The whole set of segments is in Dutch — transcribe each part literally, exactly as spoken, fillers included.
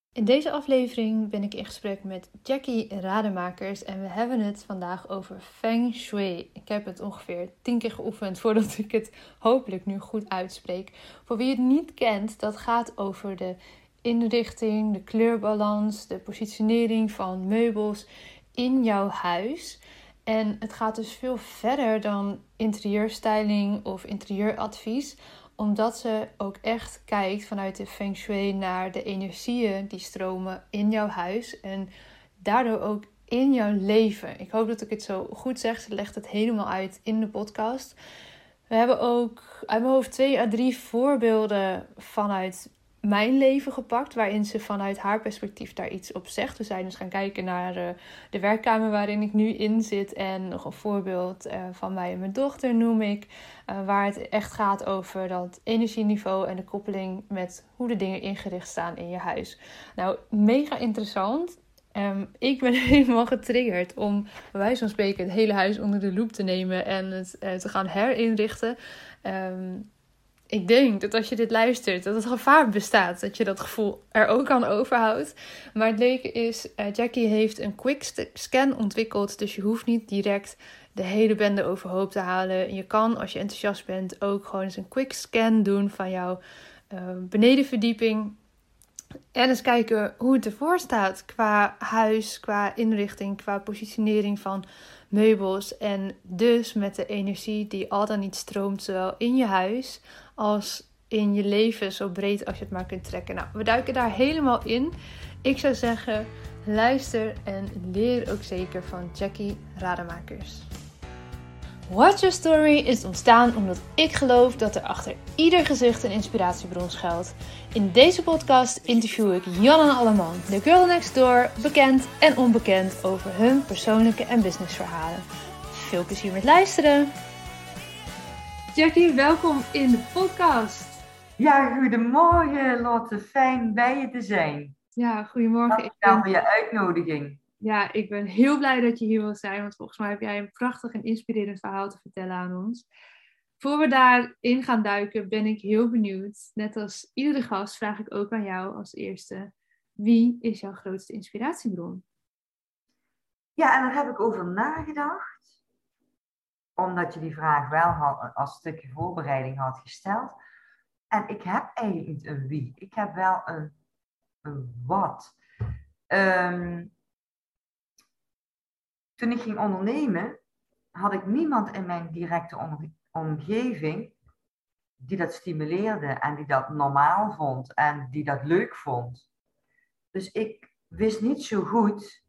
In deze aflevering ben ik in gesprek met Jackie Rademakers en we hebben het vandaag over Feng Shui. Ik heb het ongeveer tien keer geoefend voordat ik het hopelijk nu goed uitspreek. Voor wie het niet kent, dat gaat over de inrichting, de kleurbalans, de positionering van meubels in jouw huis. En het gaat dus veel verder dan interieurstyling of interieuradvies, omdat ze ook echt kijkt vanuit de Feng Shui naar de energieën die stromen in jouw huis en daardoor ook in jouw leven. Ik hoop dat ik het zo goed zeg. Ze legt het helemaal uit in de podcast. We hebben ook uit mijn hoofd twee à drie voorbeelden vanuit mijn leven gepakt, waarin ze vanuit haar perspectief daar iets op zegt. We zijn dus gaan kijken naar uh, de werkkamer waarin ik nu in zit en nog een voorbeeld uh, van mij en mijn dochter noem ik, uh, waar het echt gaat over dat energieniveau en de koppeling met hoe de dingen ingericht staan in je huis. Nou, mega interessant. Um, ik ben helemaal getriggerd om bij wijze van spreken het hele huis onder de loep te nemen en het uh, te gaan herinrichten. Um, Ik denk dat als je dit luistert, dat het gevaar bestaat dat je dat gevoel er ook aan overhoudt. Maar het leuke is, uh, Jackie heeft een quick scan ontwikkeld. Dus je hoeft niet direct de hele bende overhoop te halen. Je kan, als je enthousiast bent, ook gewoon eens een quick scan doen van jouw uh, benedenverdieping. En eens kijken hoe het ervoor staat qua huis, qua inrichting, qua positionering van meubels. En dus met de energie die al dan niet stroomt, zowel in je huis als in je leven, zo breed als je het maar kunt trekken. Nou, we duiken daar helemaal in. Ik zou zeggen, luister en leer ook zeker van Jackie Rademakers. Watch Your Story is ontstaan omdat ik geloof dat er achter ieder gezicht een inspiratiebron schuilt. In deze podcast interview ik Jan en Alleman, de girl next door, bekend en onbekend over hun persoonlijke en businessverhalen. Veel plezier met luisteren! Jackie, welkom in de podcast. Ja, goedemorgen Lotte, fijn bij je te zijn. Ja, goedemorgen. Ik ben voor je uitnodiging. Ja, ik ben heel blij dat je hier wilt zijn, want volgens mij heb jij een prachtig en inspirerend verhaal te vertellen aan ons. Voor we daarin gaan duiken, ben ik heel benieuwd. Net als iedere gast vraag ik ook aan jou als eerste. Wie is jouw grootste inspiratiebron? Ja, en daar heb ik over nagedacht. Omdat je die vraag wel had, als stukje voorbereiding had gesteld. En ik heb eigenlijk niet een wie. Ik heb wel een, een wat. Um, toen ik ging ondernemen, had ik niemand in mijn directe omge- omgeving die dat stimuleerde en die dat normaal vond en die dat leuk vond. Dus ik wist niet zo goed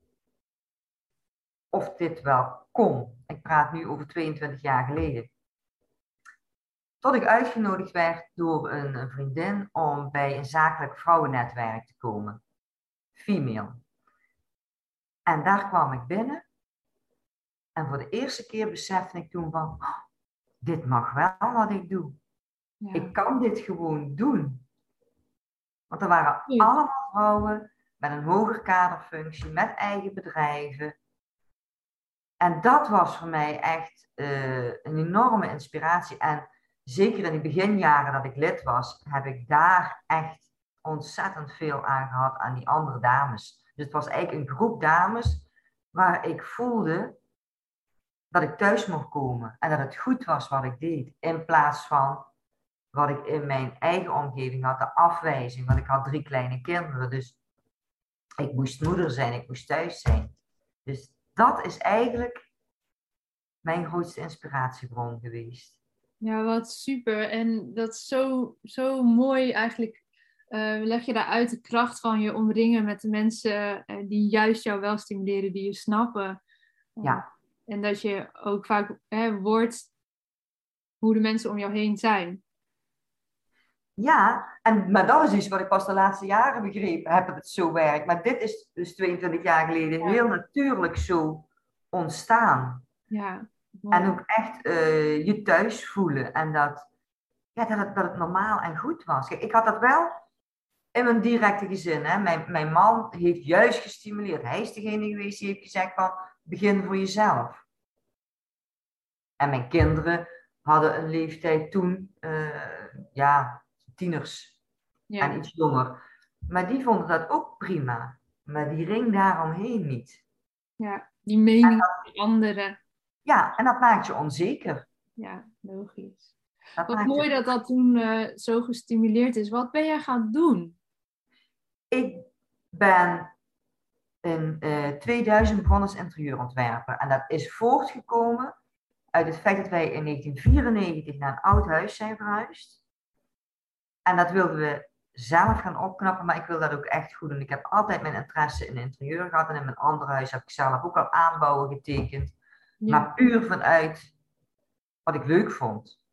of dit wel kon. Ik praat nu over tweeëntwintig jaar geleden. Tot ik uitgenodigd werd door een, een vriendin om bij een zakelijk vrouwennetwerk te komen. Female. En daar kwam ik binnen. En voor de eerste keer besefte ik toen van, oh, dit mag wel wat ik doe. Ja. Ik kan dit gewoon doen. Want er waren ja. allemaal vrouwen met een hoger kaderfunctie, met eigen bedrijven. En dat was voor mij echt uh, een enorme inspiratie. En zeker in de beginjaren dat ik lid was, heb ik daar echt ontzettend veel aan gehad aan die andere dames. Dus het was eigenlijk een groep dames waar ik voelde dat ik thuis mocht komen. En dat het goed was wat ik deed. In plaats van wat ik in mijn eigen omgeving had, de afwijzing. Want ik had drie kleine kinderen. Dus ik moest moeder zijn, ik moest thuis zijn. Dus dat is eigenlijk mijn grootste inspiratiebron geweest. Ja, wat super. En dat is zo, zo mooi eigenlijk. Uh, leg je daaruit de kracht van je omringen met de mensen uh, die juist jou wel stimuleren, die je snappen. Uh, ja. En dat je ook vaak uh, wordt hoe de mensen om jou heen zijn. Ja, en, maar dat is iets wat ik pas de laatste jaren begrepen heb, dat het zo werkt. Maar dit is dus tweeëntwintig jaar geleden ja. heel natuurlijk zo ontstaan. Ja. Wow. En ook echt uh, je thuis voelen. En dat, ja, dat, het, dat het normaal en goed was. Kijk, ik had dat wel in mijn directe gezin. Hè. Mijn, mijn man heeft juist gestimuleerd. Hij is degene geweest die heeft gezegd van, begin voor jezelf. En mijn kinderen hadden een leeftijd toen, uh, ja, tieners ja. en iets jonger. Maar die vonden dat ook prima. Maar die ring daaromheen niet. Ja, die mening van anderen. Ja, en dat maakt je onzeker. Ja, logisch. Dat Wat maakt mooi je... dat dat toen eh, zo gestimuleerd is. Wat ben jij gaan doen? Ik ben in eh, tweeduizend begonnen als interieurontwerper. En dat is voortgekomen uit het feit dat wij in negentien vierennegentig naar een oud huis zijn verhuisd. En dat wilden we zelf gaan opknappen, maar ik wil dat ook echt goed doen. Ik heb altijd mijn interesse in interieur gehad en in mijn andere huis heb ik zelf ook al aanbouwen getekend. Ja. Maar puur vanuit wat ik leuk vond.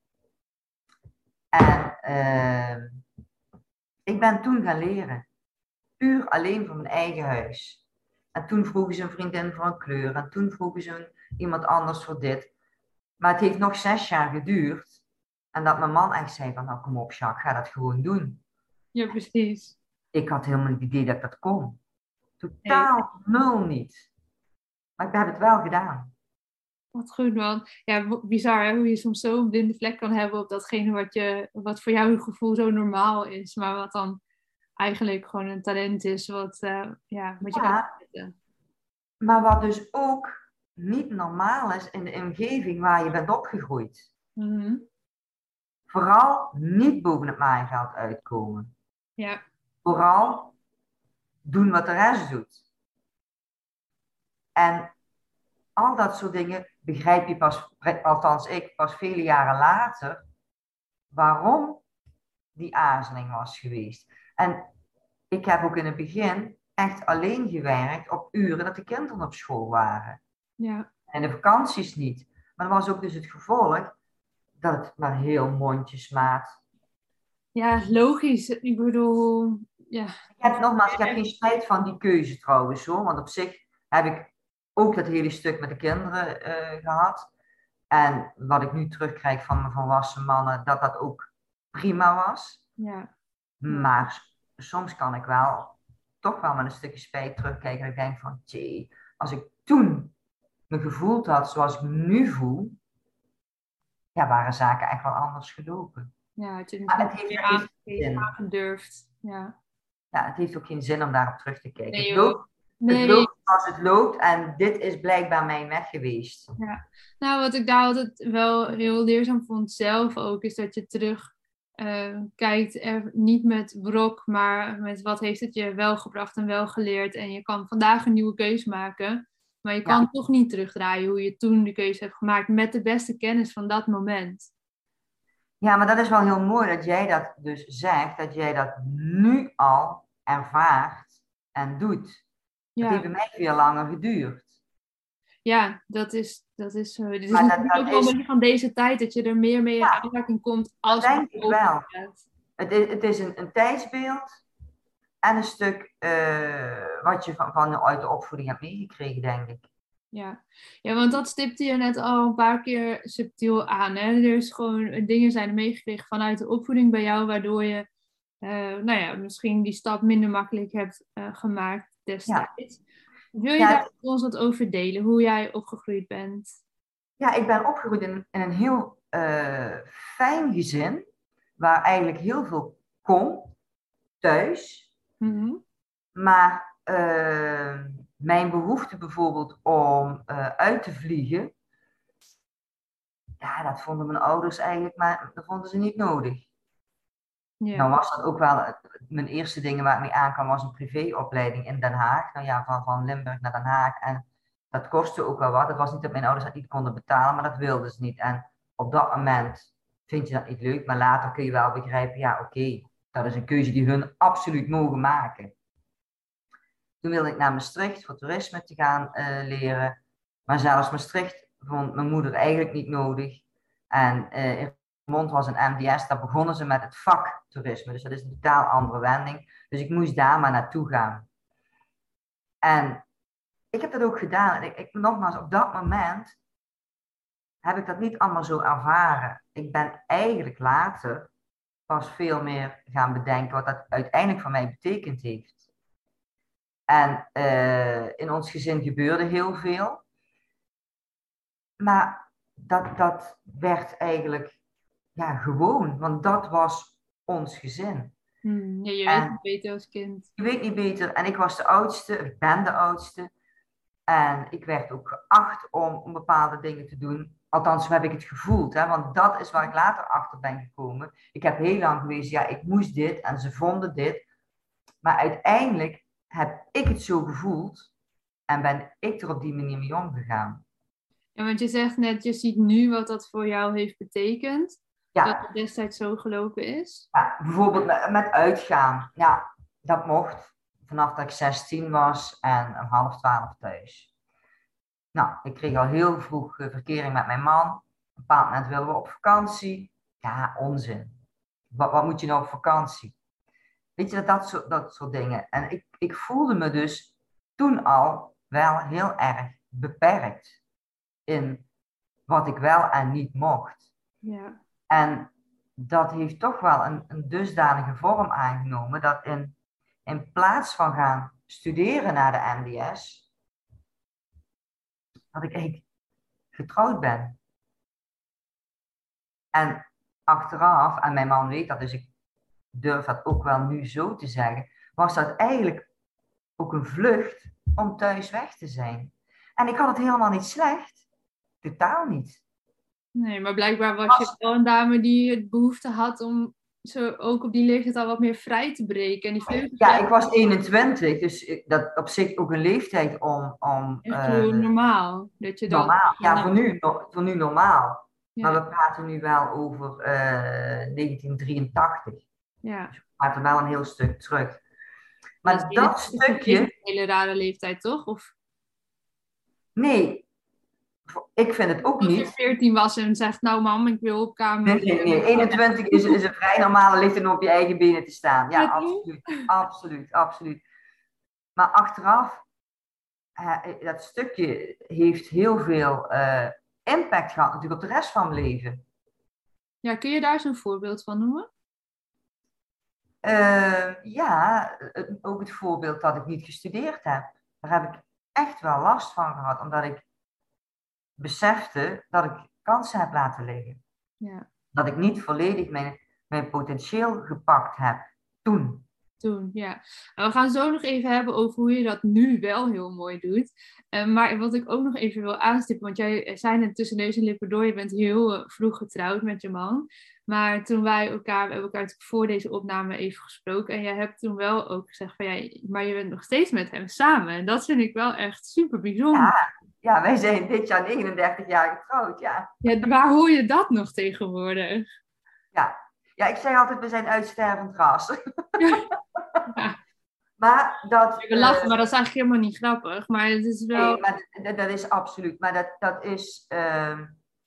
En uh, ik ben toen gaan leren. Puur alleen voor mijn eigen huis. En toen vroegen ze een vriendin voor een kleur. En toen vroegen ze een, iemand anders voor dit. Maar het heeft nog zes jaar geduurd. En dat mijn man echt zei van, nou kom op Jacques, ga dat gewoon doen. Ja, precies. Ik had helemaal niet het idee dat ik dat kon. Totaal nee. Nul niet. Maar ik heb het wel gedaan. Wat goed man. Ja, bizar hè? Hoe je soms zo een blinde vlek kan hebben op datgene wat, je, wat voor jouw gevoel zo normaal is. Maar wat dan eigenlijk gewoon een talent is wat, uh, ja, wat je ja, kan zetten. Maar wat dus ook niet normaal is in de omgeving waar je bent opgegroeid. Mm-hmm. Vooral niet boven het maaiveld uitkomen. Ja. Vooral doen wat de rest doet. En al dat soort dingen begrijp je pas, althans ik, pas vele jaren later, waarom die aarzeling was geweest. En ik heb ook in het begin echt alleen gewerkt op uren dat de kinderen op school waren. Ja. En de vakanties niet. Maar dat was ook dus het gevolg dat het maar heel mondjesmaat. Ja, logisch. Ik bedoel, ja. Ik heb nogmaals, ik heb geen spijt van die keuze trouwens hoor. Want op zich heb ik ook dat hele stuk met de kinderen uh, gehad. En wat ik nu terugkrijg van mijn volwassen mannen, dat dat ook prima was. Ja. Maar soms kan ik wel, toch wel met een stukje spijt terugkijken. En ik denk van, tjee, als ik toen me gevoeld had zoals ik me nu voel, ja, waren zaken echt wel anders gelopen. Ja, het, je maar het heeft aan, geen zin. aangedurfd. Ja. Ja, het heeft ook geen zin om daarop terug te kijken. Nee, het, loopt, nee. het loopt zoals het loopt en dit is blijkbaar mijn weg geweest. Ja. Nou, wat ik daar altijd wel heel leerzaam vond zelf ook, is dat je terug uh, kijkt, er niet met wrok, maar met wat heeft het je wel gebracht en wel geleerd. En je kan vandaag een nieuwe keuze maken, maar je kan ja. toch niet terugdraaien hoe je toen de keuze hebt gemaakt met de beste kennis van dat moment. Ja, maar dat is wel heel mooi dat jij dat dus zegt, dat jij dat nu al ervaart en doet. Dat ja. heeft bij mij veel langer geduurd. Ja, dat is, dat is zo. Dit is maar natuurlijk dat, ook dat wel is... een beetje van deze tijd, dat je er meer mee in ja, aanraking komt als dat denk ik wel. Gaat. Het is, het is een, een tijdsbeeld en een stuk uh, wat je van, van uit de opvoeding hebt meegekregen, denk ik. Ja. ja, want dat stipte je net al een paar keer subtiel aan. Hè? Er is gewoon dingen zijn meegekregen vanuit de opvoeding bij jou, waardoor je uh, nou ja, misschien die stap minder makkelijk hebt uh, gemaakt destijds. Ja. Wil je ja, daar met ons wat over delen, hoe jij opgegroeid bent? Ja, ik ben opgegroeid in, in een heel uh, fijn gezin, waar eigenlijk heel veel kon, thuis. Mm-hmm. Maar uh, mijn behoefte bijvoorbeeld om uh, uit te vliegen, ja, dat vonden mijn ouders eigenlijk, maar dat vonden ze niet nodig. Ja. Nou was dat ook wel, mijn eerste dingen waar ik mee aankwam was een privéopleiding in Den Haag. Nou ja, van, van Limburg naar Den Haag. En dat kostte ook wel wat. Het was niet dat mijn ouders dat niet konden betalen, maar dat wilden ze niet. En op dat moment vind je dat niet leuk, maar later kun je wel begrijpen, ja oké, okay, dat is een keuze die hun absoluut mogen maken. Toen wilde ik naar Maastricht voor toerisme te gaan uh, leren. Maar zelfs Maastricht vond mijn moeder eigenlijk niet nodig. En uh, in Mond was een M D S, daar begonnen ze met het vak toerisme. Dus dat is een totaal andere wending. Dus ik moest daar maar naartoe gaan. En ik heb dat ook gedaan. En ik, ik, nogmaals, op dat moment heb ik dat niet allemaal zo ervaren. Ik ben eigenlijk later pas veel meer gaan bedenken wat dat uiteindelijk voor mij betekend heeft. En uh, in ons gezin gebeurde heel veel. Maar dat, dat werd eigenlijk ja, gewoon, want dat was ons gezin. Hmm, ja, je weet En het beter als kind. je weet niet beter. En ik was de oudste, ik ben de oudste. En ik werd ook geacht om, om bepaalde dingen te doen. Althans, zo heb ik het gevoeld. Hè? Want dat is waar ik later achter ben gekomen. Ik heb heel lang geweest, ja, ik moest dit en ze vonden dit. Maar uiteindelijk heb ik het zo gevoeld en ben ik er op die manier mee omgegaan. Ja, want je zegt net, je ziet nu wat dat voor jou heeft betekend. Dat Ja, het destijds zo gelopen is. ja bijvoorbeeld met, met uitgaan. Ja, dat mocht vanaf dat ik zestien was en om half twaalf thuis. Nou, ik kreeg al heel vroeg eh, verkering met mijn man. Op een bepaald moment wilden we op vakantie. Ja, onzin. Wat, wat moet je nou op vakantie? Weet je, dat, dat, soort, dat soort dingen. En ik, ik voelde me dus toen al wel heel erg beperkt in wat ik wel en niet mocht. Ja. En dat heeft toch wel een, een dusdanige vorm aangenomen dat in, in plaats van gaan studeren naar de M D S, dat ik eigenlijk getrouwd ben. En achteraf, en mijn man weet dat, dus ik durf dat ook wel nu zo te zeggen, was dat eigenlijk ook een vlucht om thuis weg te zijn. En ik had het helemaal niet slecht. Totaal niet. Nee, maar blijkbaar was je wel een dame die het behoefte had om zo ook op die leeftijd al wat meer vrij te breken. En die vleugels Ja, weg. ik was eenentwintig, dus ik- dat op zich ook een leeftijd om, om Echt uh, gewoon normaal. Dat je dan. normaal, ja, voor nu, no- voor nu normaal. Maar Ja, we praten nu wel over uh, negentien drieëntachtig. ja. Dus we praten wel een heel stuk terug. Dat Maar is, dat is nog steeds een stukje, hele rare leeftijd, toch? Of nee, ik vind het ook als je niet. veertien was en zegt, nou mam, ik wil op Nee, kamer. nee, nee. eenentwintig is, is een vrij normale leeftijd om op je eigen benen te staan. Ja, Ja, toch? absoluut. Absoluut, absoluut. Maar achteraf, uh, dat stukje heeft heel veel uh, impact gehad natuurlijk op de rest van mijn leven. Ja, kun je daar zo'n voorbeeld van noemen? Uh, ja, ook het voorbeeld dat ik niet gestudeerd heb. Daar heb ik echt wel last van gehad, omdat ik besefte dat ik kansen heb laten liggen. Ja. Dat ik niet volledig mijn, mijn potentieel gepakt heb toen. Toen, ja. En we gaan zo nog even hebben over hoe je dat nu wel heel mooi doet. Uh, maar wat ik ook nog even wil aanstippen, want jij zei net tussen neus en lippen door, je bent heel uh, vroeg getrouwd met je man. Maar toen wij elkaar, we hebben elkaar voor deze opname even gesproken. En jij hebt toen wel ook gezegd van ja, maar je bent nog steeds met hem samen. En dat vind ik wel echt super bijzonder. Ja, ja, wij zijn dit jaar negenendertig jaar getrouwd, ja. Ja, waar hoor je dat nog tegenwoordig? Ja, ja, ik zeg altijd, we zijn uitstervend ras. Ja. Maar dat... We lachen, uh, maar dat is eigenlijk helemaal niet grappig. Maar het is wel... Nee, maar dat, dat is absoluut. Maar dat, dat is... Uh,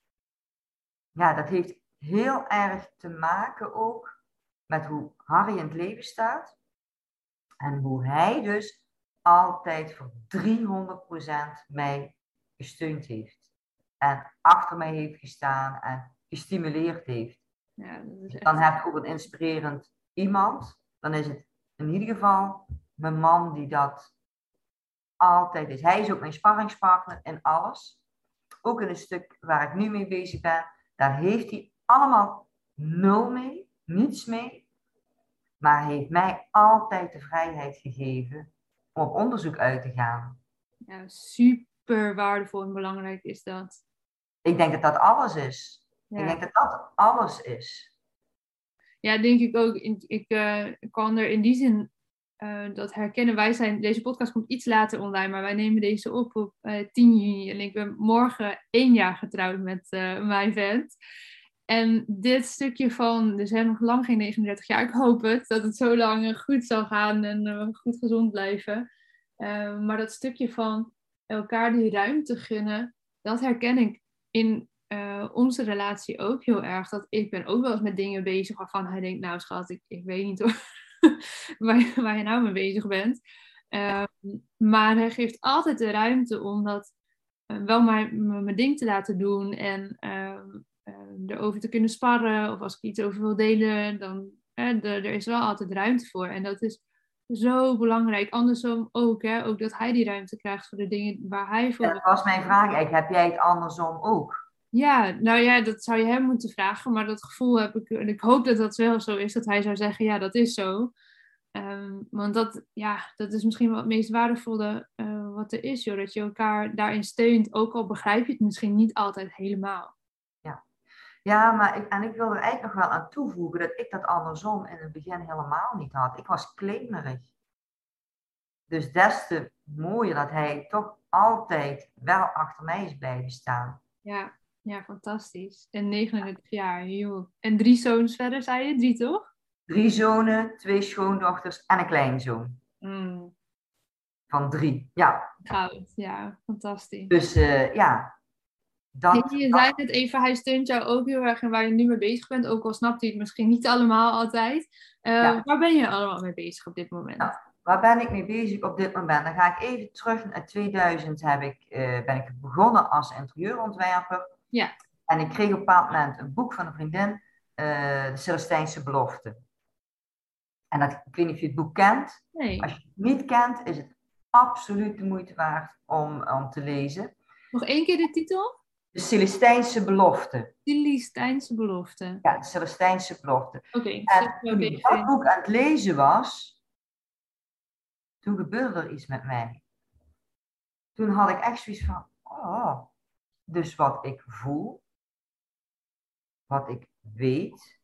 ja, dat heeft heel erg te maken ook met hoe Harry in het leven staat. En hoe hij dus altijd voor driehonderd procent mij gesteund heeft. En achter mij heeft gestaan en gestimuleerd heeft. Ja, dat is echt... Dan heb ik ook een inspirerend iemand. Dan is het in ieder geval mijn man die dat altijd is. Hij is ook mijn sparringspartner in alles. Ook in een stuk waar ik nu mee bezig ben. Daar heeft hij allemaal nul mee. Niets mee. Maar hij heeft mij altijd de vrijheid gegeven om op onderzoek uit te gaan. Ja, super waardevol en belangrijk is dat. Ik denk dat dat alles is. Ja. Ik denk dat dat alles is. Ja, denk ik ook. Ik uh, kan er in die zin uh, dat herkennen. Wij zijn, deze podcast komt iets later online, maar wij nemen deze op op uh, tien juni. En ik ben morgen één jaar getrouwd met uh, mijn vent. En dit stukje van, dus hij nog lang geen negenendertig jaar. Ik hoop het, dat het zo lang goed zal gaan en uh, goed gezond blijven. Uh, maar dat stukje van elkaar die ruimte gunnen, dat herken ik in uh, onze relatie ook heel erg. Dat ik ben ook wel eens met dingen bezig waarvan hij denkt, nou schat, ik, ik weet niet hoor, waar, waar je nou mee bezig bent. Uh, maar hij geeft altijd de ruimte om dat uh, wel mijn, mijn ding te laten doen en uh, uh, erover te kunnen sparren. Of als ik iets over wil delen, dan uh, de, er is wel altijd ruimte voor. En dat is zo belangrijk. Andersom ook, hè? Ook dat hij die ruimte krijgt voor de dingen waar hij voor... Dat was mijn vraag eigenlijk. Heb jij het andersom ook? Ja, nou ja, dat zou je hem moeten vragen, maar dat gevoel heb ik, en ik hoop dat dat wel zo is, dat hij zou zeggen, ja, dat is zo. Ehm, want dat, ja, dat is misschien wel het meest waardevolle eh, wat er is, joh, dat je elkaar daarin steunt, ook al begrijp je het misschien niet altijd helemaal. Ja, ja maar ik, en ik wil er eigenlijk nog wel aan toevoegen dat ik dat andersom in het begin helemaal niet had. Ik was claimerig. Dus des te mooier dat hij toch altijd wel achter mij is blijven staan. Ja, ja, fantastisch. En negenendertig jaar, joh. En drie zoons verder, zei je? Drie, toch? Drie zonen, twee schoondochters en een kleinzoon Mm, van drie. Ja, goud, ja, fantastisch. dus uh, ja, Hey, dat, je zei dat. net even, hij steunt jou ook heel erg in waar je nu mee bezig bent, ook al snapt hij het misschien niet allemaal altijd. Uh, Ja. waar ben je allemaal mee bezig op dit moment? Nou, waar ben ik mee bezig op dit moment? Dan ga ik even terug naar tweeduizend heb ik, uh, ben ik begonnen als interieurontwerper. Ja. En ik kreeg op een bepaald moment een boek van een vriendin, uh, De Celestijnse Belofte. En dat, ik weet niet of je het boek kent. Nee. Als je het niet kent, is het absoluut de moeite waard om, om te lezen. Nog één keer de titel? De Celestijnse Belofte. De Celestijnse Belofte. Ja, de Celestijnse Belofte. Oké. Okay, en toen ik dat boek aan het lezen was, toen gebeurde er iets met mij. Toen had ik echt zoiets van, oh, dus wat ik voel, wat ik weet,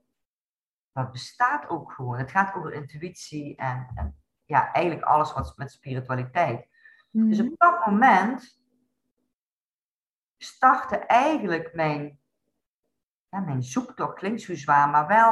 dat bestaat ook gewoon. Het gaat over intuïtie en, en ja, eigenlijk alles wat met spiritualiteit. Mm-hmm. Dus op dat moment startte eigenlijk mijn, ja, mijn zoektocht, klinkt zo zwaar, maar wel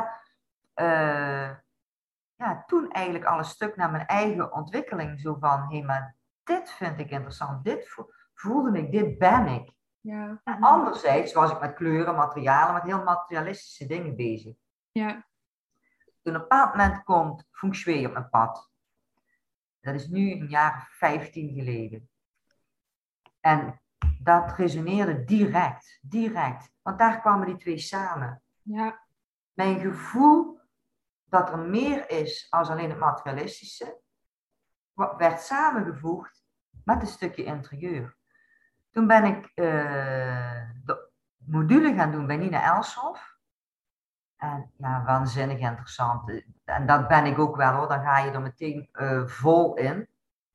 uh, ja, toen eigenlijk al een stuk naar mijn eigen ontwikkeling. Zo van, hé, hey, maar dit vind ik interessant, dit voelde ik, dit ben ik. Ja. En anderzijds was ik met kleuren, materialen, met heel materialistische dingen bezig. Ja. Toen op een bepaald moment komt Feng Shui op mijn pad. Dat is nu een jaar of vijftien geleden. En dat resoneerde direct, direct. Want daar kwamen die twee samen. Ja. Mijn gevoel dat er meer is dan alleen het materialistische, werd samengevoegd met een stukje interieur. Toen ben ik uh, de module gaan doen bij Nina Elshoff. En ja, waanzinnig interessant. En dat ben ik ook wel hoor, dan ga je er meteen uh, vol in.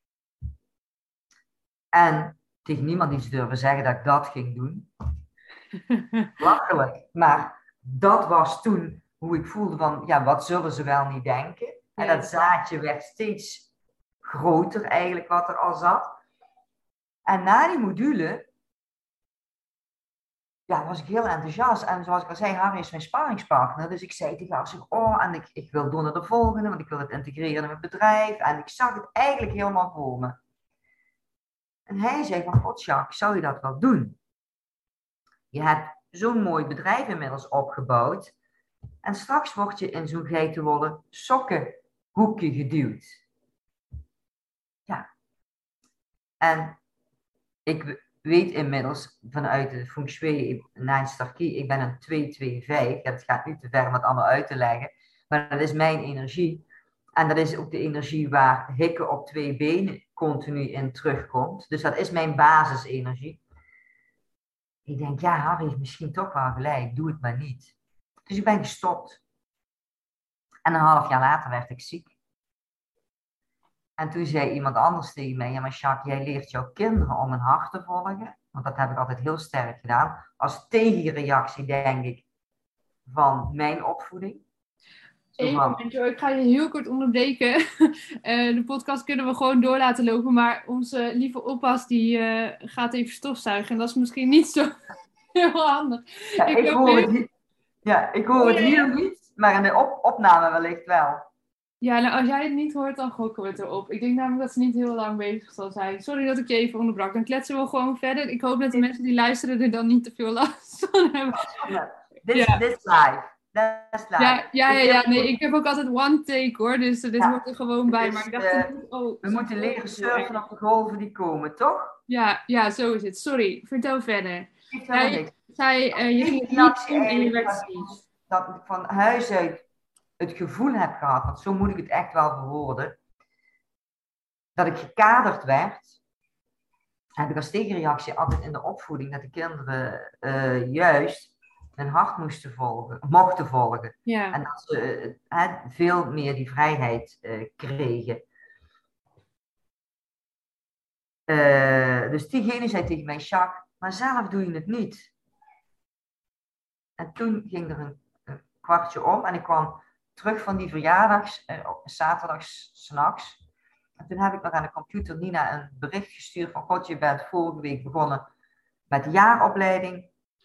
En tegen niemand iets durven zeggen dat ik dat ging doen. Lachelijk. Maar dat was toen hoe ik voelde van, ja, wat zullen ze wel niet denken? En dat zaadje werd steeds groter eigenlijk wat er al zat. En na die module, ja, was ik heel enthousiast. En zoals ik al zei, Harry is mijn sparringspartner. Dus ik zei tegen haar, zeg, oh, en ik, ik wil door naar de volgende, want ik wil het integreren in mijn bedrijf. En ik zag het eigenlijk helemaal voor me. En hij zei van, god Jacques, zou je dat wel doen? Je hebt zo'n mooi bedrijf inmiddels opgebouwd. En straks word je in zo'n geitenwolle sokkenhoekje geduwd. Ja. En ik weet inmiddels vanuit de Feng Shui, Nine Star Key, ik ben een twee twee vijf. Ja, het gaat nu te ver om het allemaal uit te leggen. Maar dat is mijn energie. En dat is ook de energie waar hikken op twee benen continu in terugkomt. Dus dat is mijn basisenergie. Ik denk, ja, Harry heeft misschien toch wel gelijk. Doe het maar niet. Dus ik ben gestopt. En een half jaar later werd ik ziek. En toen zei iemand anders tegen mij, ja maar Jacques, jij leert jouw kinderen om hun hart te volgen. Want dat heb ik altijd heel sterk gedaan. Als tegenreactie, denk ik, van mijn opvoeding. Eén moment, ik ga je heel kort onderbreken. Uh, de podcast kunnen we gewoon door laten lopen. Maar onze lieve oppas die uh, gaat even stofzuigen. En dat is misschien niet zo heel handig. Ja, ik, ik, hoor heel... het hier, ja, ik hoor oh, het hier ja. niet, maar in de op opname wellicht wel. Ja, nou als jij het niet hoort, dan gokken we het erop. Ik denk namelijk dat ze niet heel lang bezig zal zijn. Sorry dat ik je even onderbrak. Dan kletsen we gewoon verder. Ik hoop dat de mensen die luisteren er dan niet te veel last van hebben. Dit is live. Ja, ja, ja, ja, nee, ik heb ook altijd one take hoor, dus dit ja, hoort er gewoon bij. Dus, maar ik dacht, uh, oh, we moeten leren surfen op de golven die komen, toch? Ja, ja, zo is het. Sorry, vertel verder. Ik Zij, zij, uh, je ging het niet doen en je werd ziek. Dat ik van huis uit het gevoel heb gehad, want zo moet ik het echt wel verwoorden, dat ik gekaderd werd heb ik als tegenreactie altijd in de opvoeding dat de kinderen uh, juist hun hart moesten volgen, mochten volgen. Ja. En dat ze uh, veel meer die vrijheid uh, kregen. Uh, dus diegene zei tegen mij, Jacques, maar zelf doe je het niet. En toen ging er een, een kwartje om en ik kwam terug van die verjaardags, uh, zaterdags, 's nachts. En toen heb ik nog aan de computer Nina een bericht gestuurd van, god, je bent vorige week begonnen met de jaaropleiding.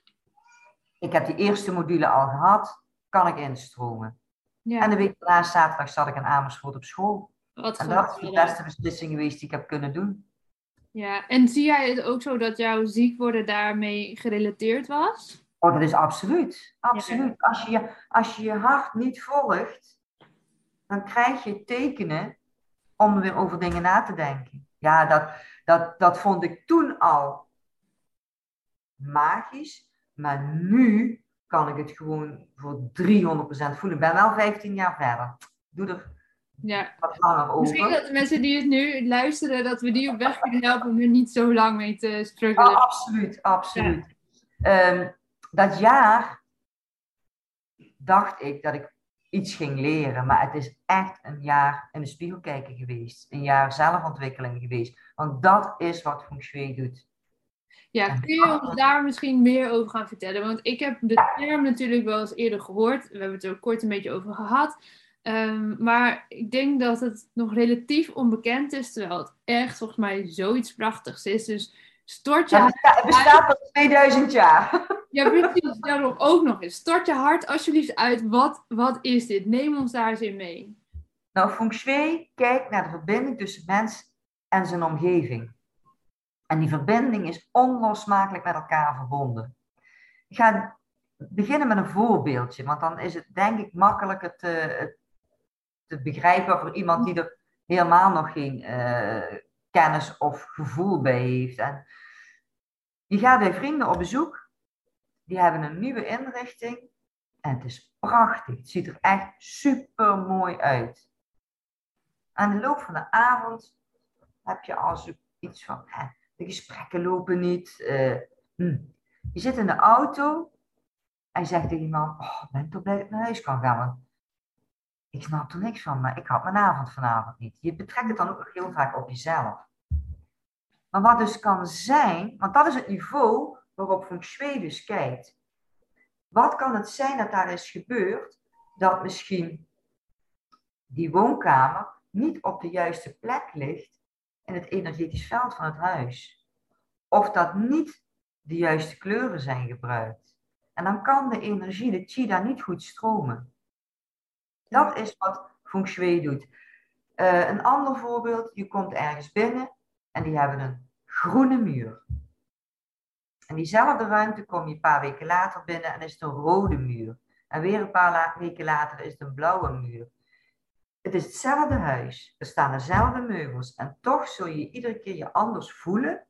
Ik heb die eerste module al gehad, kan ik instromen? Ja. En de week daarna, zaterdag, zat ik in Amersfoort op school. Wat en dat is de beste beslissing geweest die ik heb kunnen doen. Ja, en zie jij het ook zo dat jouw ziek worden daarmee gerelateerd was? Oh, dat is absoluut. Absoluut. Ja. Als je, als je je hart niet volgt, dan krijg je tekenen om weer over dingen na te denken. Ja, dat, dat, dat vond ik toen al magisch. Maar nu kan ik het gewoon voor driehonderd procent voelen. Ik ben wel vijftien jaar verder. Doe er ja. wat langer over. Misschien dat de mensen die het nu luisteren, dat we die op weg kunnen helpen om er niet zo lang mee te struggelen. Oh, absoluut, absoluut. Ja. Um, dat jaar dacht ik dat ik iets ging leren. Maar het is echt een jaar in de spiegel kijken geweest. Een jaar zelfontwikkeling geweest. Want dat is wat Feng Shui doet. Ja, kun je ons daar misschien meer over gaan vertellen? Want ik heb de term natuurlijk wel eens eerder gehoord. We hebben het er ook kort een beetje over gehad. Um, maar ik denk dat het nog relatief onbekend is. Terwijl het echt volgens mij zoiets prachtigs is. Dus stort je... Het bestaat, het bestaat al tweeduizend jaar. Ja, precies. Daarom ook nog eens. Stort je hart alsjeblieft uit. Wat, wat is dit? Neem ons daar eens in mee. Nou, Feng Shui kijkt naar de verbinding tussen mens en zijn omgeving. En die verbinding is onlosmakelijk met elkaar verbonden. Ik ga beginnen met een voorbeeldje, want dan is het denk ik makkelijker te, te begrijpen voor iemand die er helemaal nog geen uh, kennis of gevoel bij heeft. En je gaat bij vrienden op bezoek, die hebben een nieuwe inrichting en het is prachtig. Het ziet er echt super mooi uit. Aan de loop van de avond heb je al zoiets van... Hè, de gesprekken lopen niet. Uh, hm. Je zit in de auto en je zegt tegen iemand, oh, ben ik toch blij dat ik naar huis kan gaan, want ik snap er niks van, maar ik had mijn avond vanavond niet. Je betrekt het dan ook nog heel vaak op jezelf. Maar wat dus kan zijn, want dat is het niveau waarop Feng Shui dus kijkt. Wat kan het zijn dat daar is gebeurd, dat misschien die woonkamer niet op de juiste plek ligt in het energetisch veld van het huis. Of dat niet de juiste kleuren zijn gebruikt. En dan kan de energie, de chi, daar niet goed stromen. Dat is wat Feng Shui doet. Uh, een ander voorbeeld, je komt ergens binnen en die hebben een groene muur. En diezelfde ruimte kom je een paar weken later binnen en is het een rode muur. En weer een paar weken later is het een blauwe muur. Het is hetzelfde huis, er staan dezelfde meubels en toch zul je iedere keer je anders voelen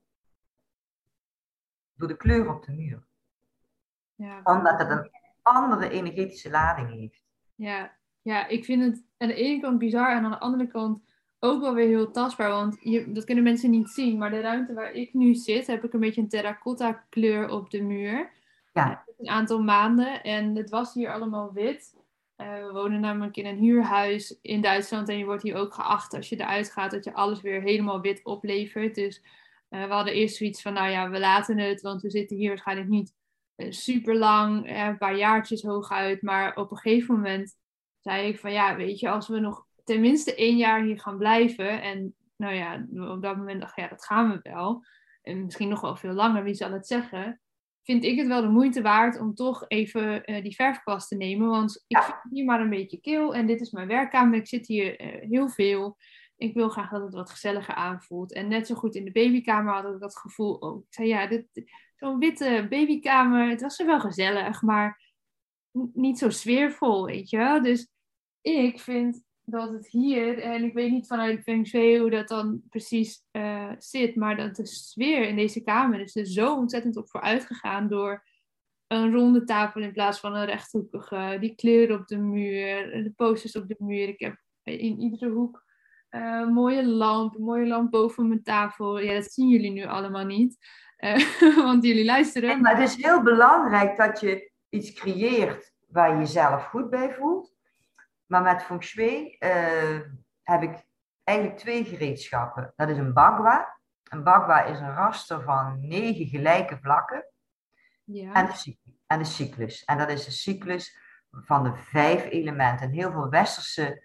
door de kleur op de muur. Ja. Omdat het een andere energetische lading heeft. Ja. ja, ik vind het aan de ene kant bizar en aan de andere kant ook wel weer heel tastbaar. Want je, dat kunnen mensen niet zien, maar de ruimte waar ik nu zit, heb ik een beetje een terracotta kleur op de muur. Ja. Een aantal maanden en het was hier allemaal wit. Uh, we wonen namelijk in een huurhuis in Duitsland en je wordt hier ook geacht als je eruit gaat dat je alles weer helemaal wit oplevert. Dus uh, we hadden eerst zoiets van, nou ja, we laten het, want we zitten hier waarschijnlijk niet uh, super lang, uh, een paar jaartjes hooguit. Maar op een gegeven moment zei ik van, ja, weet je, als we nog tenminste één jaar hier gaan blijven en nou ja, op dat moment dacht ik, ja, dat gaan we wel. En misschien nog wel veel langer, wie zal het zeggen? Vind ik het wel de moeite waard om toch even uh, die verfkwast te nemen. Want ik vind het hier maar een beetje kil. En dit is mijn werkkamer. Ik zit hier uh, heel veel. Ik wil graag dat het wat gezelliger aanvoelt. En net zo goed in de babykamer had ik dat gevoel ook. Ik zei, ja, dit, zo'n witte babykamer. Het was er wel gezellig, maar n- niet zo sfeervol, weet je wel. Dus ik vind dat het hier, en ik weet niet vanuit Feng Shui hoe dat dan precies uh, zit, maar dat de sfeer in deze kamer is er zo ontzettend op vooruit gegaan door een ronde tafel in plaats van een rechthoekige, die kleuren op de muur, de posters op de muur. Ik heb in iedere hoek Uh, mooie lamp, een mooie lamp boven mijn tafel. Ja, dat zien jullie nu allemaal niet. Uh, want jullie luisteren. Nee, maar het is heel belangrijk dat je iets creëert waar je jezelf goed bij voelt. Maar met feng shui uh, heb ik eigenlijk twee gereedschappen. Dat is een bagua. Een bagua is een raster van negen gelijke vlakken. Ja. En, de, en de cyclus. En dat is de cyclus van de vijf elementen. Heel veel westerse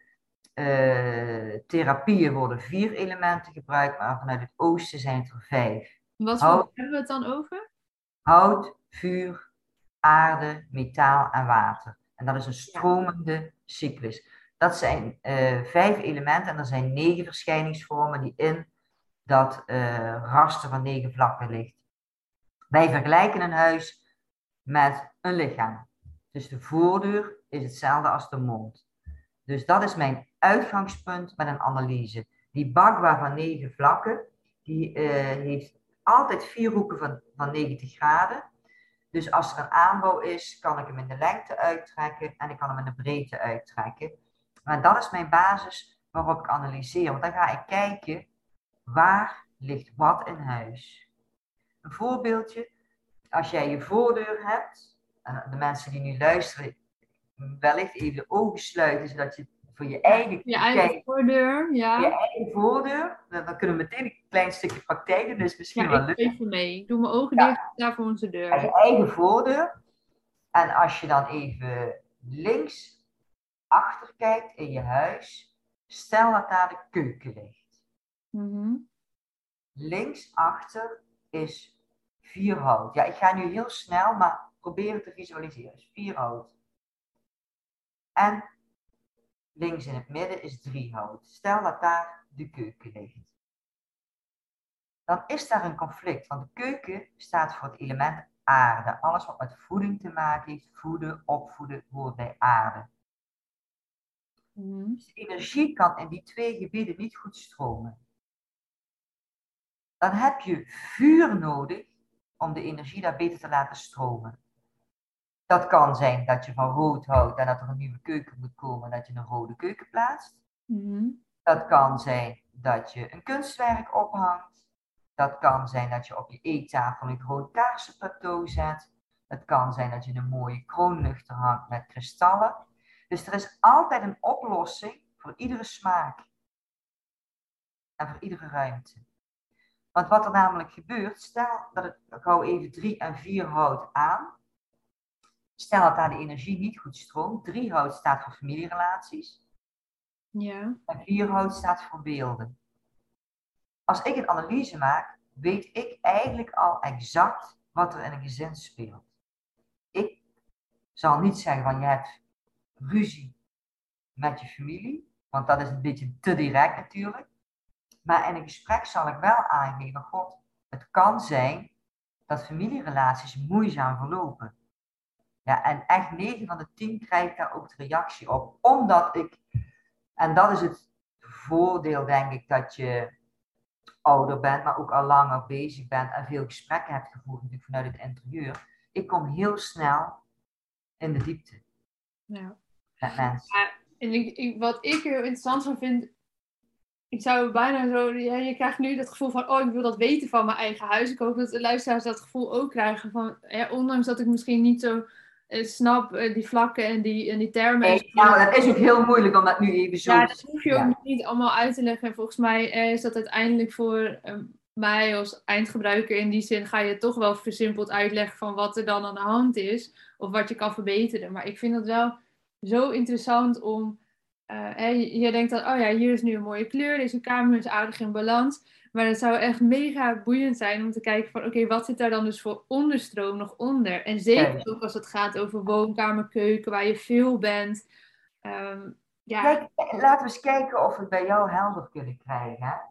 uh, therapieën worden vier elementen gebruikt, maar vanuit het oosten zijn het er vijf. Wat voor hout, hebben we het dan over? Hout, vuur, aarde, metaal en water. En dat is een stromende cyclus. Dat zijn uh, vijf elementen en er zijn negen verschijningsvormen die in dat uh, raster van negen vlakken ligt. Wij vergelijken een huis met een lichaam. Dus de voordeur is hetzelfde als de mond. Dus dat is mijn uitgangspunt met een analyse. Die bagua van negen vlakken, die uh, heeft altijd vier hoeken van, van negentig graden. Dus als er een aanbouw is, kan ik hem in de lengte uittrekken en ik kan hem in de breedte uittrekken. Maar dat is mijn basis waarop ik analyseer. Want dan ga ik kijken, waar ligt wat in huis? Een voorbeeldje, als jij je voordeur hebt, en de mensen die nu luisteren, wellicht even de ogen sluiten, zodat je voor je eigen, je eigen kijkt, voordeur, ja. Je eigen voordeur, dan kunnen we meteen een klein stukje praktijk doen, dus misschien ja, wel leuk. Even mee. Ik doe mijn ogen ja. dicht, daar voor onze deur. Ja, je eigen voordeur. En als je dan even links achter kijkt in je huis, stel dat daar de keuken ligt. Mm-hmm. Links achter is vier hout. Ja, ik ga nu heel snel, maar probeer het te visualiseren. Dus vier hout. En links in het midden is drie hout. Stel dat daar de keuken ligt. Dan is daar een conflict, want de keuken staat voor het element aarde. Alles wat met voeding te maken heeft, voeden, opvoeden, hoort bij aarde. Mm-hmm. Dus de energie kan in die twee gebieden niet goed stromen. Dan heb je vuur nodig om de energie daar beter te laten stromen. Dat kan zijn dat je van rood houdt en dat er een nieuwe keuken moet komen en dat je een rode keuken plaatst. Mm-hmm. Dat kan zijn dat je een kunstwerk ophangt. Dat kan zijn dat je op je eettafel een groot kaarsenplateau zet. Het kan zijn dat je een mooie kroonluchter hangt met kristallen. Dus er is altijd een oplossing voor iedere smaak. En voor iedere ruimte. Want wat er namelijk gebeurt, stel dat ik, ik hou even drie en vier hout aan. Stel dat daar de energie niet goed stroomt. Drie hout staat voor familierelaties. Ja. En vier hout staat voor beelden. Als ik een analyse maak, weet ik eigenlijk al exact wat er in een gezin speelt. Ik zal niet zeggen van je hebt ruzie met je familie, want dat is een beetje te direct natuurlijk. Maar in een gesprek zal ik wel aangeven, God, het kan zijn dat familierelaties moeizaam verlopen. Ja, en echt negen van de tien krijg ik daar ook de reactie op. Omdat ik, en dat is het voordeel denk ik, dat je ouder bent, maar ook al langer bezig bent en veel gesprekken hebt gevoerd natuurlijk vanuit het interieur. Ik kom heel snel in de diepte. Ja. Met mensen. Ja, en ik, ik, wat ik er interessant van vind, ik zou bijna zo, ja, je krijgt nu dat gevoel van, oh, ik wil dat weten van mijn eigen huis. Ik hoop dat de luisteraars dat gevoel ook krijgen van, ja, ondanks dat ik misschien niet zo uh, snap uh, die vlakken en die, en die termen. Nee, nou, dat is ook heel moeilijk om dat nu even zo ja, te dat hoef je ook ja. niet allemaal uit te leggen. En volgens mij uh, is dat uiteindelijk voor uh, mij als eindgebruiker in die zin, ga je toch wel versimpeld uitleggen van wat er dan aan de hand is. Of wat je kan verbeteren. Maar ik vind dat wel zo interessant om... Uh, hè, je, je denkt dan, oh ja, hier is nu een mooie kleur, deze kamer is aardig in balans. Maar het zou echt mega boeiend zijn om te kijken van, oké, okay, wat zit daar dan dus voor onderstroom nog onder? En zeker ja. ook als het gaat over woonkamer, keuken, waar je veel bent. Um, ja. Kijk, laten we eens kijken of we het bij jou helder kunnen krijgen. Hè?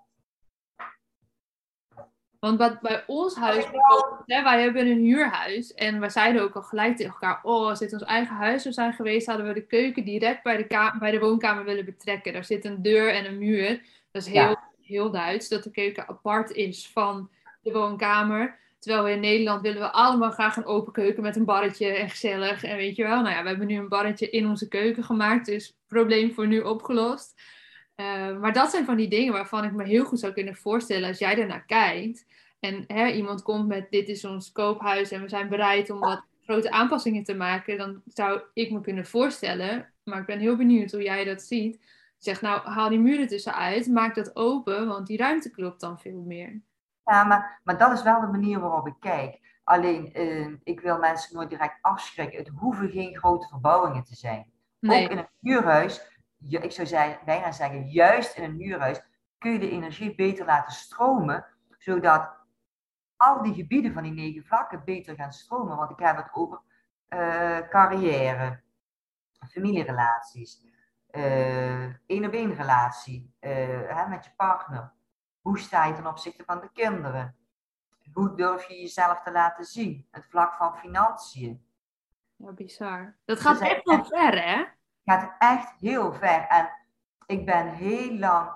Want wat bij ons huis, hè, wij hebben een huurhuis en wij zeiden ook al gelijk tegen elkaar, oh, als dit ons eigen huis zou zijn geweest, hadden we de keuken direct bij de, ka- bij de woonkamer willen betrekken. Daar zit een deur en een muur. Dat is heel, ja. heel Duits, dat de keuken apart is van de woonkamer. Terwijl we in Nederland willen we allemaal graag een open keuken met een barretje en gezellig. En weet je wel, nou ja, we hebben nu een barretje in onze keuken gemaakt, dus probleem voor nu opgelost. Uh, maar dat zijn van die dingen waarvan ik me heel goed zou kunnen voorstellen als jij ernaar kijkt. En hè, iemand komt met dit is ons koophuis en we zijn bereid om wat grote aanpassingen te maken. Dan zou ik me kunnen voorstellen, maar ik ben heel benieuwd hoe jij dat ziet. Zeg nou, haal die muren tussenuit, maak dat open, want die ruimte klopt dan veel meer. Ja, maar, maar dat is wel de manier waarop ik kijk. Alleen, uh, ik wil mensen nooit direct afschrikken. Het hoeven geen grote verbouwingen te zijn. Nee. Ook in een huurhuis, ik zou zeggen, bijna zeggen, juist in een huurhuis kun je de energie beter laten stromen, zodat al die gebieden van die negen vlakken beter gaan stromen. Want ik heb het over uh, carrière, familierelaties, uh, één-op-één relatie uh, hè, met je partner. Hoe sta je ten opzichte van de kinderen? Hoe durf je jezelf te laten zien? Het vlak van financiën. Ja, bizar. Dat gaat dus echt wel ver, hè? Het gaat echt heel ver. En ik ben heel lang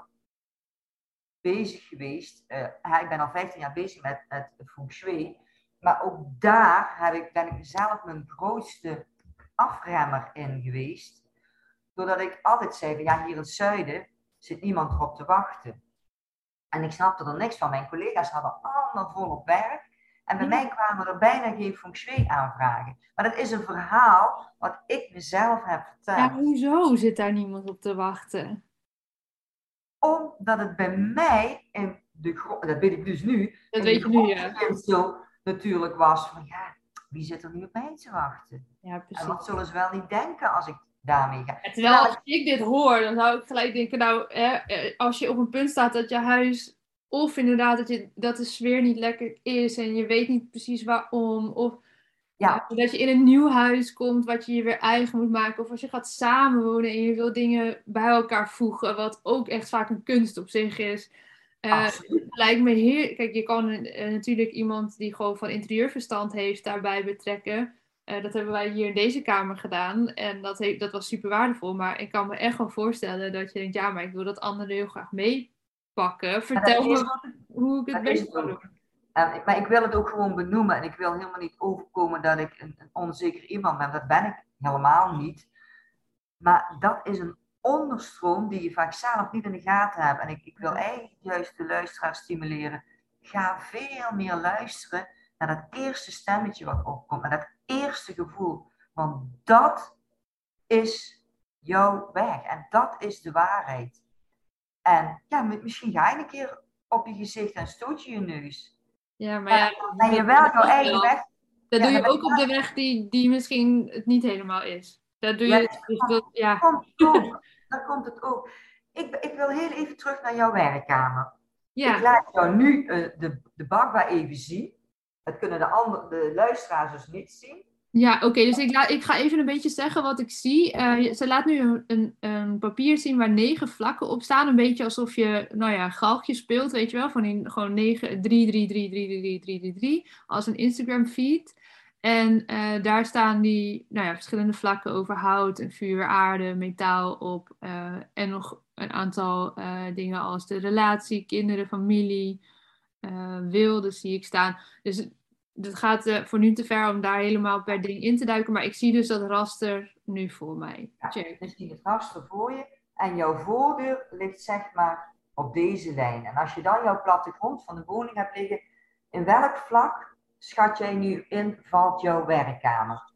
bezig geweest. Uh, ik ben al vijftien jaar bezig met, met feng shui. Maar ook daar heb ik, ben ik zelf mijn grootste afremmer in geweest. Doordat ik altijd zei, ja, hier in het zuiden zit niemand erop te wachten. En ik snapte er niks van. Mijn collega's hadden allemaal volop werk. En bij ja. mij kwamen er bijna geen feng shui aanvragen. Maar dat is een verhaal wat ik mezelf heb verteld. Ja, hoezo zit daar niemand op te wachten? Omdat het bij mij, in de gro- dat weet ik dus nu, dat in weet de je nu, ja. zo natuurlijk was van, ja, wie zit er nu op mij te wachten? Ja, precies. En wat zullen ze wel niet denken als ik daarmee ga? Ja, terwijl als ik dit hoor, dan zou ik gelijk denken, nou, hè, als je op een punt staat dat je huis, of inderdaad dat, je, dat de sfeer niet lekker is en je weet niet precies waarom, of ja. uh, dat je in een nieuw huis komt wat je je weer eigen moet maken, of als je gaat samenwonen en je wil dingen bij elkaar voegen, wat ook echt vaak een kunst op zich is. Uh, lijkt me heel, kijk, je kan uh, natuurlijk iemand die gewoon van interieurverstand heeft daarbij betrekken. Uh, dat hebben wij hier in deze kamer gedaan. En dat, heeft, dat was super waardevol. Maar ik kan me echt wel voorstellen dat je denkt, ja, maar ik wil dat anderen heel graag meepakken. Vertel me wat, hoe ik het best kan doen. Uh, maar ik wil het ook gewoon benoemen. En ik wil helemaal niet overkomen dat ik een, een onzeker iemand ben. Dat ben ik helemaal niet. Maar dat is een onderstroom die je vaak zelf niet in de gaten hebt. En ik, ik wil eigenlijk juist de luisteraar stimuleren. Ga veel meer luisteren naar dat eerste stemmetje wat opkomt. Naar dat eerste gevoel. Want dat is jouw weg. En dat is de waarheid. En ja, misschien ga je een keer op je gezicht en stoot je je neus. Ja, maar ja. En je wel jouw eigen weg. Dat doe je ook op de weg die, die misschien het niet helemaal is. Dat doe je. Ja, dus dat, ja. komt ook. Dan komt het ook. Ik, ik wil heel even terug naar jouw werkkamer. Ja. Ik laat jou nu uh, de, de bakbaar even zien. Dat kunnen de, andere, de luisteraars dus niet zien. Ja, oké. Okay, dus ik, laat, ik ga even een beetje zeggen wat ik zie. Uh, ze laat nu een, een, een papier zien waar negen vlakken op staan. Een beetje alsof je, nou ja, galgje speelt, weet je wel. Van die, gewoon negen, drie, drie, drie, drie, drie, drie, drie, drie. Als een Instagram feed. En uh, daar staan die nou ja, verschillende vlakken over hout en vuur, aarde, metaal op. Uh, en nog een aantal uh, dingen als de relatie, kinderen, familie, uh, wilde zie ik staan. Dus het gaat uh, voor nu te ver om daar helemaal per ding in te duiken. Maar ik zie dus dat raster nu voor mij. Ja, je ziet het raster voor je. En jouw voordeur ligt zeg maar op deze lijn. En als je dan jouw plattegrond van de woning hebt liggen, in welk vlak schat jij nu in, valt jouw werkkamer?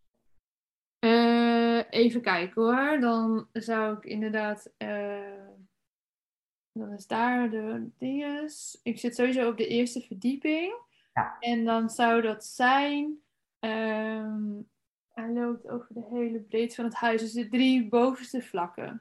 Uh, even kijken hoor. Dan zou ik inderdaad... Uh, dan is daar de dinges. Ik zit sowieso op de eerste verdieping. Ja. En dan zou dat zijn... Um, hij loopt over de hele breedte van het huis. Dus de drie bovenste vlakken.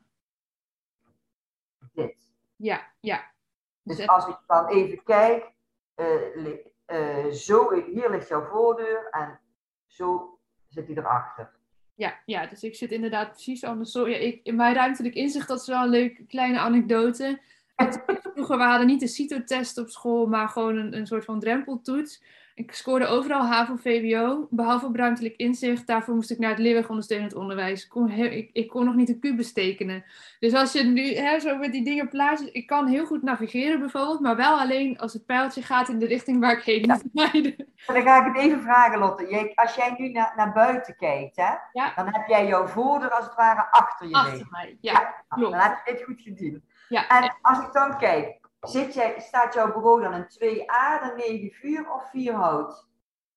Dit. Ja, ja. Dus, dus als ik dan even kijk... Uh, Uh, zo, hier ligt jouw voordeur en zo zit hij erachter. Ja, ja, dus ik zit inderdaad precies andersom. Ja, ik, in mijn ruimtelijk inzicht, dat is wel een leuke kleine anekdote. Vroeger, we hadden niet de CITO-test op school, maar gewoon een, een soort van drempeltoets. Ik scoorde overal HAVO V W O, behalve op ruimtelijk inzicht. Daarvoor moest ik naar het leerweg ondersteunend onderwijs. Ik kon, heel, ik, ik kon nog niet een kubus tekenen. Dus als je nu hè, zo met die dingen plaatst, ik kan heel goed navigeren bijvoorbeeld, maar wel alleen als het pijltje gaat in de richting waar ik heen moet rijden. Dan ga ik het even vragen, Lotte. Jij, als jij nu naar, naar buiten kijkt, hè, ja. dan heb jij jouw voordeur als het ware achter je Achter liggen. mij, ja, ja klopt. Dan heb je dit goed gezien. Ja. En als ik dan kijk, zit jij, staat jouw bureau dan een twee aarde, negen vuur of vier hout?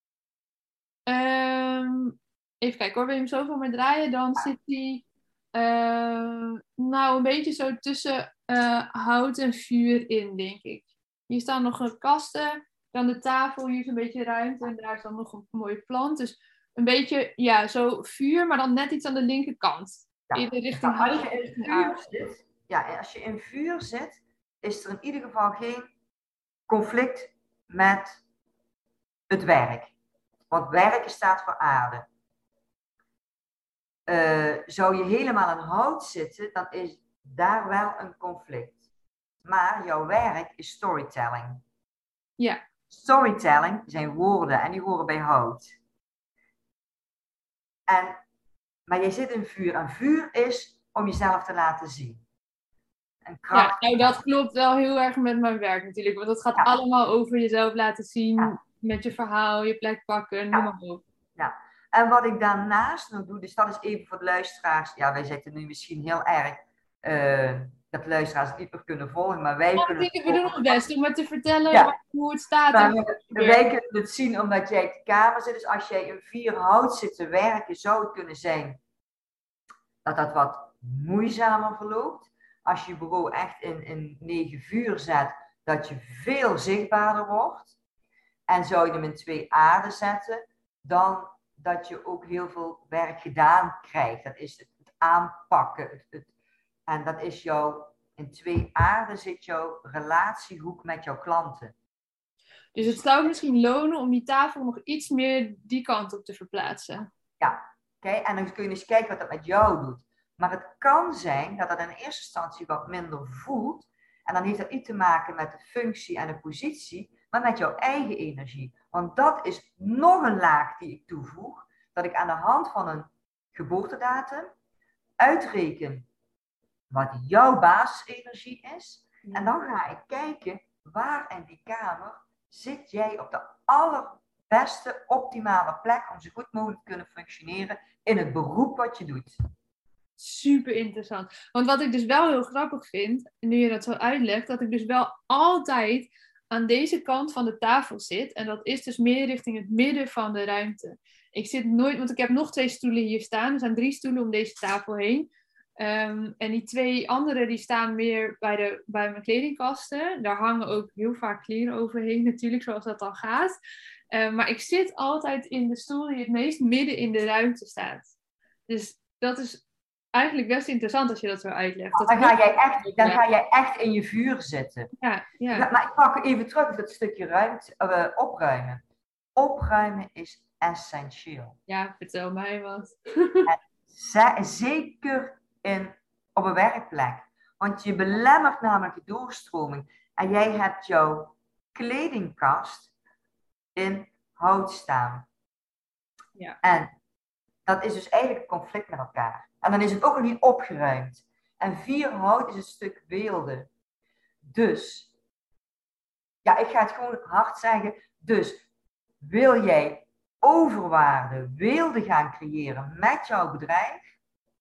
Um, even kijken hoor, wil je hem zoveel maar draaien? Dan zit hij uh, nou een beetje zo tussen uh, hout en vuur in, denk ik. Hier staan nog een kasten, dan de tafel, hier is een beetje ruimte en daar is dan nog een mooie plant. Dus een beetje, ja, zo vuur, maar dan net iets aan de linkerkant. Ja. In de richting Als hout je en in richting vuur aarde. zit, ja, als je in vuur zit, is er in ieder geval geen conflict met het werk. Want werken staat voor aarde. Uh, zou je helemaal in hout zitten, dan is daar wel een conflict. Maar jouw werk is storytelling. Ja. Storytelling zijn woorden en die horen bij hout. En, maar je zit in vuur en vuur is om jezelf te laten zien. En kracht. Ja, nou dat klopt wel heel erg met mijn werk natuurlijk. Want het gaat ja. allemaal over jezelf laten zien, ja. met je verhaal, je plek pakken, noem ja. maar op. Ja, en wat ik daarnaast nog doe, dus dat is even voor de luisteraars. Ja, wij zitten nu misschien heel erg, uh, dat de luisteraars het niet meer kunnen volgen, maar wij ja, kunnen... Ik denk, we doen ons best om het te vertellen ja. hoe het staat. Maar, en wij kunnen het zien omdat jij op de kamer zit. Dus als jij in vier hout zit te werken, zou het kunnen zijn dat dat wat moeizamer verloopt. Als je je bureau echt in, in negen vuur zet, dat je veel zichtbaarder wordt. En zou je hem in twee aarde zetten, dan dat je ook heel veel werk gedaan krijgt. Dat is het, het aanpakken. Het, het, en dat is jouw, in twee aarde zit jouw relatiehoek met jouw klanten. Dus het zou misschien lonen om die tafel nog iets meer die kant op te verplaatsen. Ja, oké. Okay? En dan kun je eens kijken wat dat met jou doet. Maar het kan zijn dat dat in eerste instantie wat minder voelt. En dan heeft dat niet te maken met de functie en de positie, maar met jouw eigen energie. Want dat is nog een laag die ik toevoeg. Dat ik aan de hand van een geboortedatum uitreken wat jouw basisenergie is. En dan ga ik kijken waar in die kamer zit jij op de allerbeste, optimale plek om zo goed mogelijk te kunnen functioneren in het beroep wat je doet. Super interessant. Want wat ik dus wel heel grappig vind, nu je dat zo uitlegt, dat ik dus wel altijd aan deze kant van de tafel zit. En dat is dus meer richting het midden van de ruimte. Ik zit nooit, want ik heb nog twee stoelen hier staan. Er zijn drie stoelen om deze tafel heen. Um, en die twee andere die staan meer bij, de, bij mijn kledingkasten. Daar hangen ook heel vaak kleren overheen natuurlijk, zoals dat dan gaat. Uh, maar ik zit altijd in de stoel die het meest midden in de ruimte staat. Dus dat is eigenlijk best interessant als je dat zo uitlegt. Dat dan, ga jij echt, dan ga jij echt in je vuur zitten. Ja, ja. Maar ik pak even terug op dat stukje ruimte, uh, opruimen. Opruimen is essentieel. Ja, vertel mij wat. En zeker in, op een werkplek. Want je belemmert namelijk de doorstroming. En jij hebt jouw kledingkast in hout staan. Ja. En dat is dus eigenlijk een conflict met elkaar. En dan is het ook nog niet opgeruimd. En vier hout is een stuk weelde. Dus, ja, ik ga het gewoon hard zeggen. Dus, wil jij overwaarde, weelde gaan creëren met jouw bedrijf,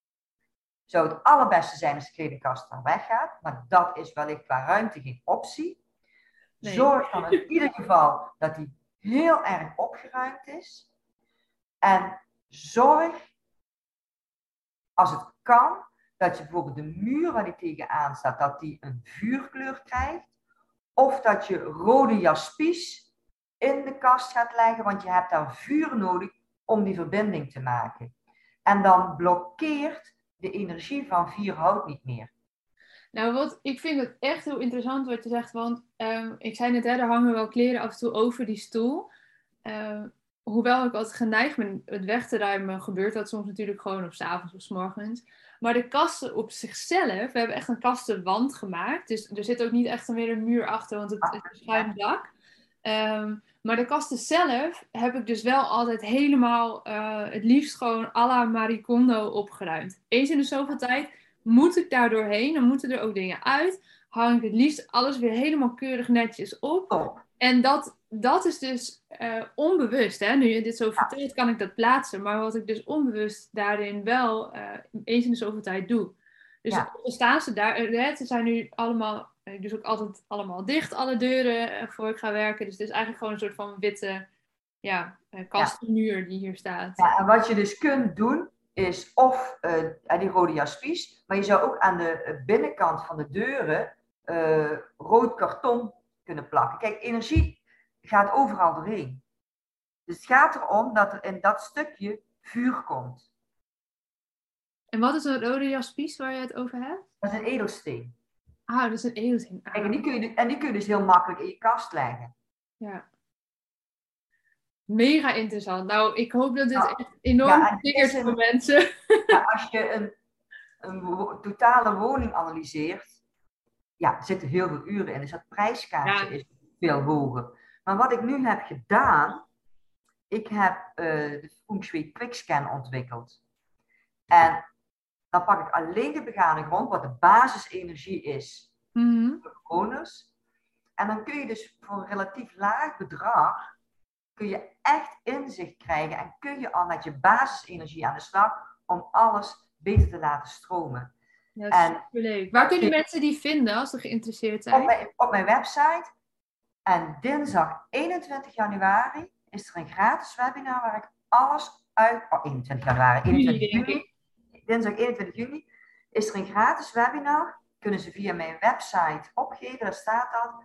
zou het allerbeste zijn als de kledingkast dan weggaat. Maar dat is wellicht qua ruimte geen optie. Nee. Zorg dan in ieder geval dat die heel erg opgeruimd is. En zorg, als het kan, dat je bijvoorbeeld de muur waar die tegenaan staat, dat die een vuurkleur krijgt. Of dat je rode jaspies in de kast gaat leggen, want je hebt daar vuur nodig om die verbinding te maken. En dan blokkeert de energie van vier hout niet meer. Nou, wat, ik vind het echt heel interessant wat je zegt, want um, ik zei net, hè, er hangen wel kleren af en toe over die stoel. Uh, hoewel ik altijd geneigd ben het weg te ruimen, gebeurt dat soms natuurlijk gewoon op 's avonds of 's morgens. Maar de kasten op zichzelf, we hebben echt een kastenwand gemaakt. Dus er zit ook niet echt meer een muur achter, want het, het is een schuin dak. Um, maar de kasten zelf heb ik dus wel altijd helemaal, uh, het liefst gewoon à la Marie Kondo opgeruimd. Eens in de zoveel tijd moet ik daar doorheen, dan moeten er ook dingen uit. Hang ik het liefst alles weer helemaal keurig netjes op. Oh. En dat, dat is dus uh, onbewust. Hè? Nu je dit zo vertelt, kan ik dat plaatsen. Maar wat ik dus onbewust daarin wel uh, eens in de zoveel tijd doe. Dus Ja. dan staan ze daar. eh, Ze zijn nu allemaal, eh, dus ook altijd allemaal dicht, alle deuren eh, voor ik ga werken. Dus het is eigenlijk gewoon een soort van witte ja, eh, kastenmuur die hier staat. Ja, en wat je dus kunt doen, is of uh, die rode jaspies, maar je zou ook aan de binnenkant van de deuren uh, rood karton kunnen plakken. Kijk, energie gaat overal doorheen. Dus het gaat erom dat er in dat stukje vuur komt. En wat is een rode jaspies waar je het over hebt? Dat is een edelsteen. Ah, dat is een edelsteen. Ah. Kijk, en, die kun je, en die kun je dus heel makkelijk in je kast leggen. Ja. Mega interessant. Nou, ik hoop dat dit nou, echt enorm ja, triggert een, voor mensen. Ja, als je een, een wo- totale woning analyseert, ja, er zitten heel veel uren in. Dus dat prijskaartje Ja. is veel hoger. Maar wat ik nu heb gedaan, ik heb uh, de Feng Shui Quickscan ontwikkeld. En dan pak ik alleen de begane grond, wat de basisenergie is Mm-hmm. voor bewoners. En dan kun je dus voor een relatief laag bedrag, kun je echt inzicht krijgen en kun je al met je basisenergie aan de slag om alles beter te laten stromen. Ja, superleuk. Waar kunnen mensen die vinden als ze geïnteresseerd zijn? Op mijn, op mijn website. En dinsdag eenentwintig januari is er een gratis webinar waar ik alles uit... Oh, eenentwintig januari, eenentwintig juni. Dinsdag eenentwintig juni is er een gratis webinar. Kunnen ze via mijn website opgeven, daar staat dat.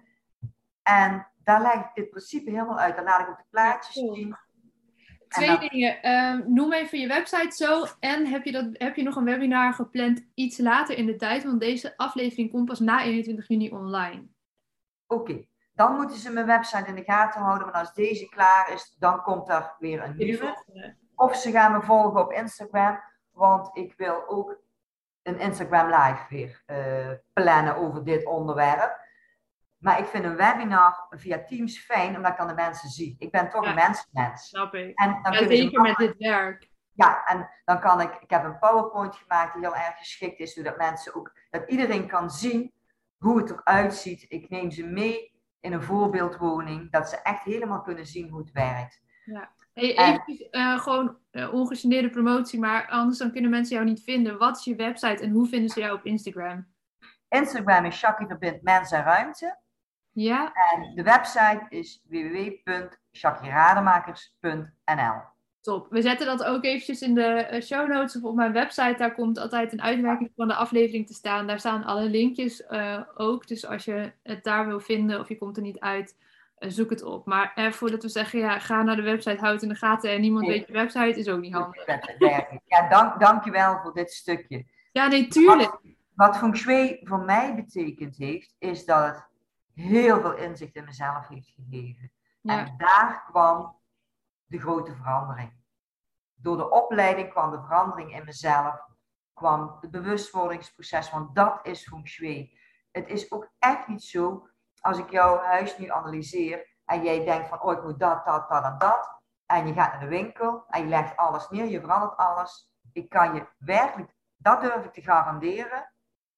En daar leg ik dit principe helemaal uit. Dan laat ik ook de plaatjes ja, cool. zien. Twee dan... dingen. Um, noem even je website zo. En heb je, dat, heb je nog een webinar gepland iets later in de tijd? Want deze aflevering komt pas na eenentwintig juni online. Oké. Okay. Dan moeten ze mijn website in de gaten houden. Want als deze klaar is, dan komt er weer een nieuwe. Of ze gaan me volgen op Instagram. Want ik wil ook een Instagram live weer uh, plannen over dit onderwerp. Maar ik vind een webinar via Teams fijn, omdat ik dan de mensen zie. Ik ben toch ja, een mensenmens. Snap ik. En dan ja, zeker met dit werk. Ja, en dan kan ik... Ik heb een PowerPoint gemaakt die heel erg geschikt is, zodat mensen ook... Dat iedereen kan zien hoe het eruit ziet. Ik neem ze mee in een voorbeeldwoning, dat ze echt helemaal kunnen zien hoe het werkt. Ja. Hey, even uh, gewoon uh, ongegeneerde promotie, maar anders dan kunnen mensen jou niet vinden. Wat is je website en hoe vinden ze jou op Instagram? Instagram is Jackie verbindt mens en ruimte. Ja. En de website is w w w punt jackie rademakers punt n l. Top. We zetten dat ook eventjes in de show notes of op mijn website. Daar komt altijd een uitwerking van de aflevering te staan. Daar staan alle linkjes uh, ook. Dus als je het daar wil vinden of je komt er niet uit, uh, zoek het op. Maar eh, voordat we zeggen, ja, ga naar de website, houd het in de gaten en niemand nee. weet je website, is ook niet handig. Ja, dank, dankjewel voor dit stukje. Ja, nee, tuurlijk. Wat, wat Feng Shui voor mij betekend heeft, is dat het heel veel inzicht in mezelf heeft gegeven. Ja. En daar kwam de grote verandering. Door de opleiding kwam de verandering in mezelf, kwam het bewustwordingsproces, want dat is Feng Shui. Het is ook echt niet zo, als ik jouw huis nu analyseer en jij denkt van, oh ik moet dat, dat, dat en dat, en je gaat naar de winkel en je legt alles neer, je verandert alles. Ik kan je werkelijk, dat durf ik te garanderen,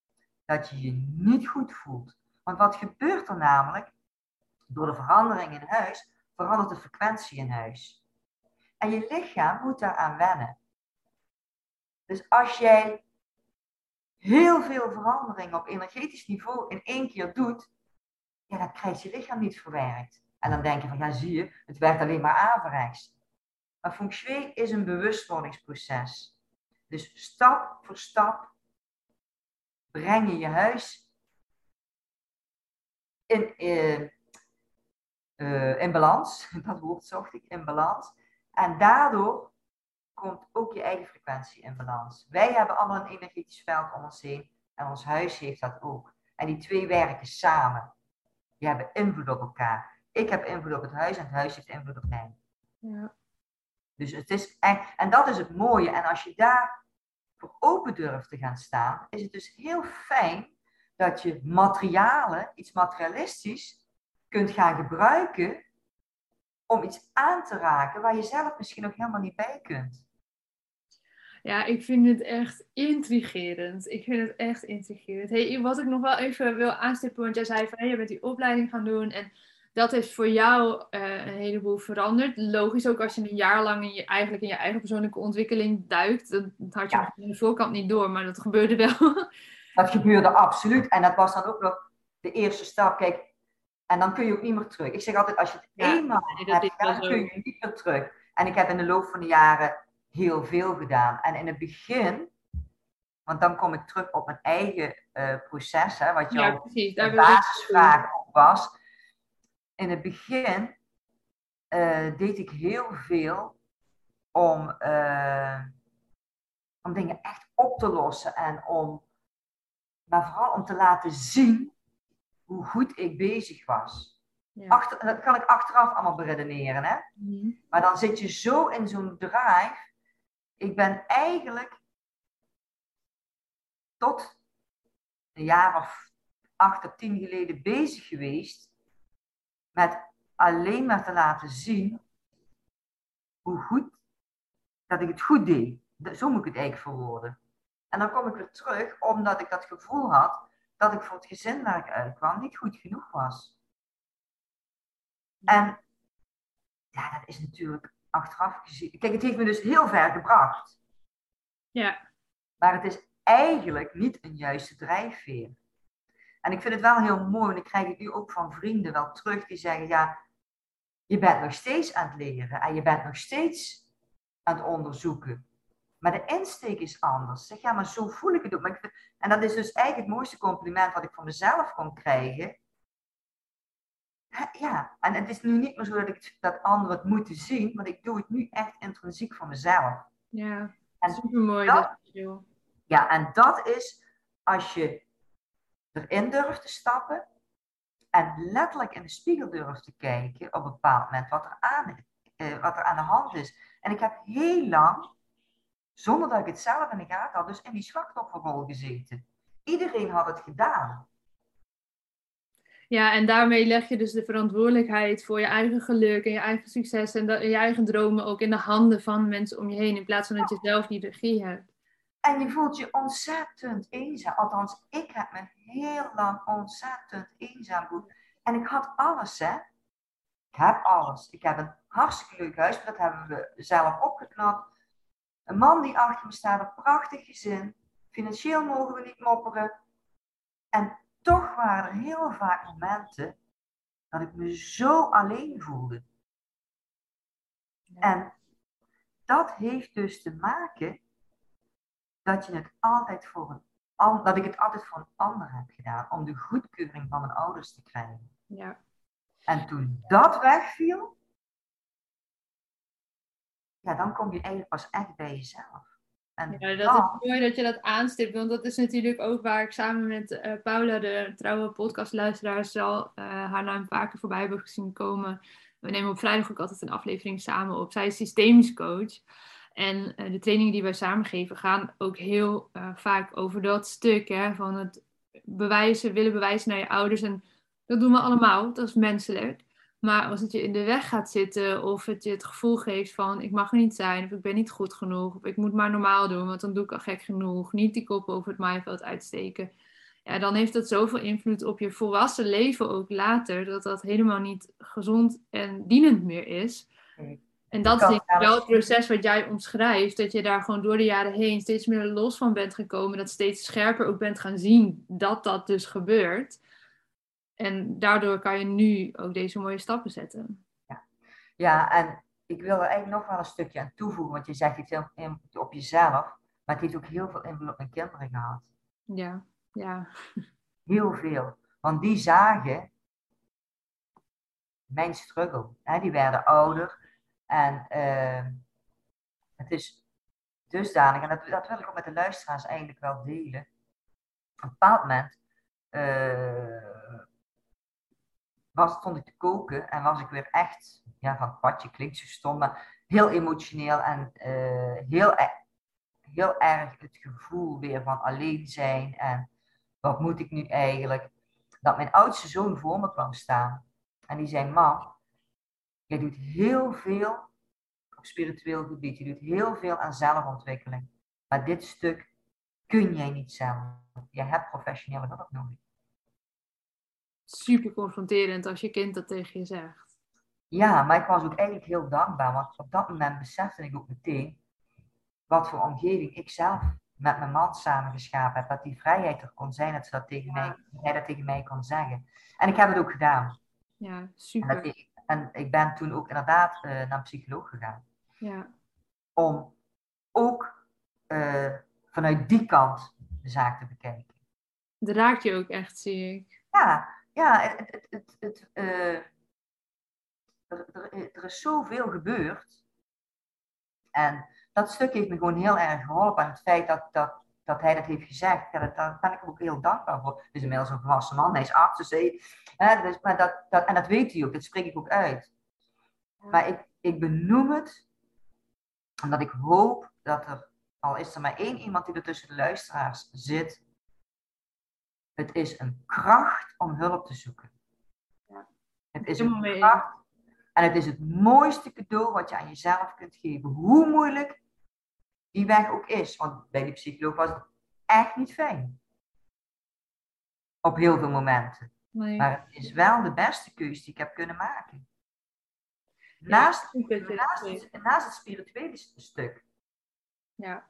dat je je niet goed voelt. Want wat gebeurt er namelijk? Door de verandering in huis, verandert de frequentie in huis. En je lichaam moet daaraan wennen. Dus als jij heel veel verandering op energetisch niveau in één keer doet, ja, dan krijgt je lichaam niet verwerkt. En dan denk je van, ja zie je, het werkt alleen maar averechts. Maar Feng Shui is een bewustwordingsproces. Dus stap voor stap breng je je huis in, in, uh, in balans. Dat woord zocht ik, in balans. En daardoor komt ook je eigen frequentie in balans. Wij hebben allemaal een energetisch veld om ons heen en ons huis heeft dat ook. En die twee werken samen. Die hebben invloed op elkaar. Ik heb invloed op het huis en het huis heeft invloed op mij. Ja. Dus het is echt, en dat is het mooie. En als je daar voor open durft te gaan staan, is het dus heel fijn dat je materialen, iets materialistisch, kunt gaan gebruiken om iets aan te raken waar je zelf misschien nog helemaal niet bij kunt. Ja, ik vind het echt intrigerend. Ik vind het echt intrigerend. Hey, wat ik nog wel even wil aanstippen, want jij zei van, hey, je bent die opleiding gaan doen en dat heeft voor jou uh, een heleboel veranderd. Logisch ook als je een jaar lang in je, eigenlijk in je eigen persoonlijke ontwikkeling duikt. Dat, dat had je Ja. aan de voorkant niet door, maar dat gebeurde wel. Dat gebeurde absoluut. En dat was dan ook nog de eerste stap. Kijk, en dan kun je ook niet meer terug. Ik zeg altijd, als je het Ja, eenmaal nee, dat hebt is gedaan, wel dan zo. kun je niet meer terug. En ik heb in de loop van de jaren heel veel gedaan. En in het begin, want dan kom ik terug op mijn eigen uh, proces, hè, wat Ja, jouw precies. Daar wil ik basisvraag ook was. In het begin uh, deed ik heel veel om, uh, om dingen echt op te lossen. En om, maar vooral om te laten zien hoe goed ik bezig was. Ja. Achter, dat kan ik achteraf allemaal beredeneren, hè? Mm-hmm. Maar dan zit je zo in zo'n drive. Ik ben eigenlijk tot een jaar of acht of tien geleden bezig geweest met alleen maar te laten zien hoe goed, dat ik het goed deed. Zo moet ik het eigenlijk verwoorden. En dan kom ik weer terug, omdat ik dat gevoel had dat ik voor het gezin waar ik uitkwam niet goed genoeg was. En ja, dat is natuurlijk achteraf gezien. Kijk, het heeft me dus heel ver gebracht. Ja. Maar het is eigenlijk niet een juiste drijfveer. En ik vind het wel heel mooi, en ik krijg het nu ook van vrienden wel terug, die zeggen, ja, je bent nog steeds aan het leren en je bent nog steeds aan het onderzoeken. Maar de insteek is anders. Zeg, ja, maar zo voel ik het ook. Maar ik vind, en dat is dus eigenlijk het mooiste compliment wat ik van mezelf kon krijgen. Ja, en het is nu niet meer zo dat ik dat anderen het moeten zien, want ik doe het nu echt intrinsiek voor mezelf. Ja, en supermooi. Dat, dat ja, en dat is als je erin durft te stappen en letterlijk in de spiegel durft te kijken op een bepaald moment wat er aan, eh, wat er aan de hand is. En ik heb heel lang, zonder dat ik het zelf in de gaten had, dus in die slachtofferrol gezeten. Iedereen had het gedaan. Ja, en daarmee leg je dus de verantwoordelijkheid voor je eigen geluk en je eigen succes en, de, en je eigen dromen ook in de handen van mensen om je heen, in plaats van dat je zelf die regie hebt. En je voelt je ontzettend eenzaam. Althans, ik heb me heel lang ontzettend eenzaam gevoeld. En ik had alles, hè. Ik heb alles. Ik heb een hartstikke leuk huis, maar dat hebben we zelf opgeknapt. Een man die achter me staat, een prachtig gezin. Financieel mogen we niet mopperen. En toch waren er heel vaak momenten dat ik me zo alleen voelde. Ja. En dat heeft dus te maken dat, je het altijd voor een, dat ik het altijd voor een ander heb gedaan. Om de goedkeuring van mijn ouders te krijgen. Ja. En toen dat wegviel, ja, dan kom je eigenlijk pas echt bij jezelf. En ja, dat dan... is mooi dat je dat aanstipt, want dat is natuurlijk ook waar ik samen met uh, Paula, de trouwe podcastluisteraar, zal uh, haar naam vaker voorbij hebben gezien komen. We nemen op vrijdag ook altijd een aflevering samen op. Zij is systemisch coach. En uh, de trainingen die wij samen geven gaan ook heel uh, vaak over dat stuk, hè, van het bewijzen, willen bewijzen naar je ouders. En dat doen we allemaal, dat is menselijk. Maar als het je in de weg gaat zitten of het je het gevoel geeft van ik mag er niet zijn of ik ben niet goed genoeg of ik moet maar normaal doen, want dan doe ik al gek genoeg, niet die kop over het maaiveld uitsteken. Ja, dan heeft dat zoveel invloed op je volwassen leven ook later, dat dat helemaal niet gezond en dienend meer is. En dat is denk ik wel het proces wat jij omschrijft, dat je daar gewoon door de jaren heen steeds meer los van bent gekomen, dat steeds scherper ook bent gaan zien dat dat dus gebeurt. En daardoor kan je nu ook deze mooie stappen zetten. Ja, ja, en ik wil er eigenlijk nog wel een stukje aan toevoegen. Want je zegt het heel op jezelf. Maar het heeft ook heel veel invloed op mijn kinderen gehad. Ja, ja. Heel veel. Want die zagen mijn struggle. Hè? Die werden ouder. En uh, het is dusdanig. En dat, dat wil ik ook met de luisteraars eigenlijk wel delen. Op een bepaald moment... Uh, was, stond ik te koken en was ik weer echt, ja, van het padje klinkt zo stom, maar heel emotioneel en uh, heel, heel erg het gevoel weer van alleen zijn en wat moet ik nu eigenlijk? Dat mijn oudste zoon voor me kwam staan en die zei, mam, jij doet heel veel op spiritueel gebied, je doet heel veel aan zelfontwikkeling, maar dit stuk kun jij niet zelf. Je hebt professionele hulp nodig. super confronterend als je kind dat tegen je zegt. Ja, maar ik was ook eigenlijk heel dankbaar, want op dat moment besefte ik ook meteen wat voor omgeving ik zelf met mijn man samen geschapen heb. Dat die vrijheid er kon zijn, dat, ze dat tegen Ja. mij, dat hij dat tegen mij kon zeggen. En ik heb het ook gedaan. Ja, En, super. dat ik, en ik ben toen ook inderdaad uh, naar een psycholoog gegaan. Ja. Om ook uh, vanuit die kant de zaak te bekijken. Dat raakt je ook echt, zie ik. Ja, ja het, het, het, het, uh, er, er, er is zoveel gebeurd. En dat stuk heeft me gewoon heel erg geholpen. En het feit dat, dat, dat hij dat heeft gezegd, ja, dat, daar ben ik ook heel dankbaar voor. Het is inmiddels een volwassen man, hij is arts, dus hij, hè, dus, maar dat, dat, en dat weet hij ook, dat spreek ik ook uit. Ja. Maar ik, ik benoem het, omdat ik hoop dat er, al is er maar één iemand die er tussen de luisteraars zit, het is een kracht om hulp te zoeken. Ja. Het is een kracht. En het is het mooiste cadeau wat je aan jezelf kunt geven. Hoe moeilijk die weg ook is. Want bij die psycholoog was het echt niet fijn. Op heel veel momenten. Nee. Maar het is wel de beste keuze die ik heb kunnen maken. Naast, ja, naast, het, naast het spirituele stuk. Ja.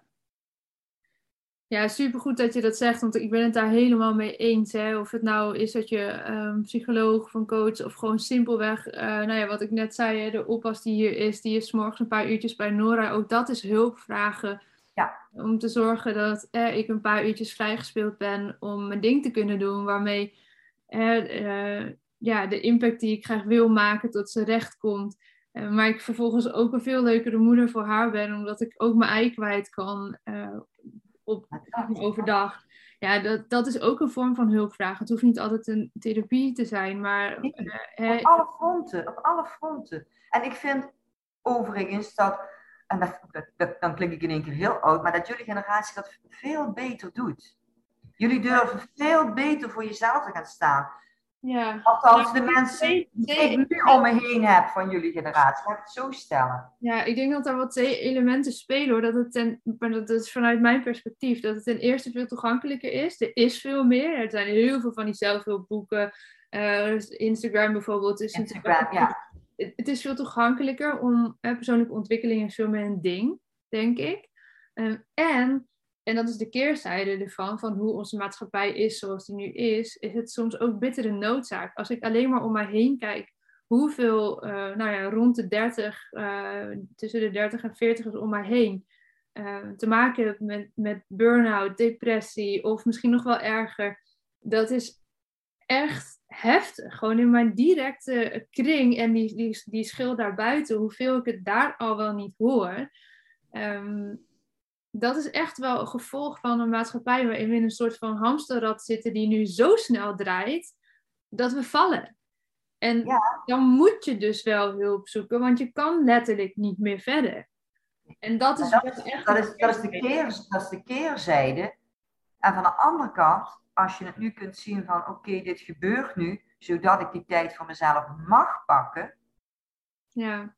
Ja, supergoed dat je dat zegt, want ik ben het daar helemaal mee eens. Hè? Of het nou is dat je um, psycholoog of een coach of gewoon simpelweg, uh, nou ja, wat ik net zei, hè, de oppas die hier is, die is 's morgens een paar uurtjes bij Nora. Ook dat is hulp vragen. Ja. Om te zorgen dat eh, ik een paar uurtjes vrijgespeeld ben om mijn ding te kunnen doen, waarmee eh, uh, ja, de impact die ik graag wil maken tot zijn recht komt. Uh, maar ik vervolgens ook een veel leukere moeder voor haar ben, omdat ik ook mijn ei kwijt kan. Uh, op overdag. Ja, dat, dat is ook een vorm van hulpvraag. Het hoeft niet altijd een therapie te zijn, maar... Nee, uh, op alle fronten, op alle fronten. En ik vind overigens dat, en dat, dat, dat, dan klink ik in één keer heel oud, maar dat jullie generatie dat veel beter doet. Jullie durven veel beter voor jezelf te gaan staan. Ja. Althans, de mensen die ik nu om me heen heb van jullie generatie, laat ik het zo stellen. Ja, ik denk dat er wat twee elementen spelen hoor. Dat het ten, maar dat is vanuit mijn perspectief. Dat het ten eerste veel toegankelijker is. Er is veel meer. Er zijn heel veel van die zelfhulpboeken. Uh, Instagram bijvoorbeeld. Is Instagram, ja. Het, het is veel toegankelijker om uh, persoonlijke ontwikkeling is veel meer een ding, denk ik. Um, en... En dat is de keerzijde ervan, van hoe onze maatschappij is zoals die nu is, is het soms ook bittere noodzaak. Als ik alleen maar om mij heen kijk, hoeveel, uh, nou ja, rond de dertig, uh, tussen de dertig en veertig om mij heen, uh, te maken heb met, met burn-out, depressie of misschien nog wel erger. Dat is echt heftig. Gewoon in mijn directe kring en die, die, die schil daarbuiten, hoeveel ik het daar al wel niet hoor. Um, Dat is echt wel een gevolg van een maatschappij waarin we in een soort van hamsterrad zitten die nu zo snel draait, dat we vallen. En ja. Dan moet je dus wel hulp zoeken, want je kan letterlijk niet meer verder. En dat is, dat is, echt dat is, dat is, de, keer, dat is de keerzijde. En van de andere kant, als je het nu kunt zien van oké, okay, dit gebeurt nu, zodat ik die tijd voor mezelf mag pakken. Ja.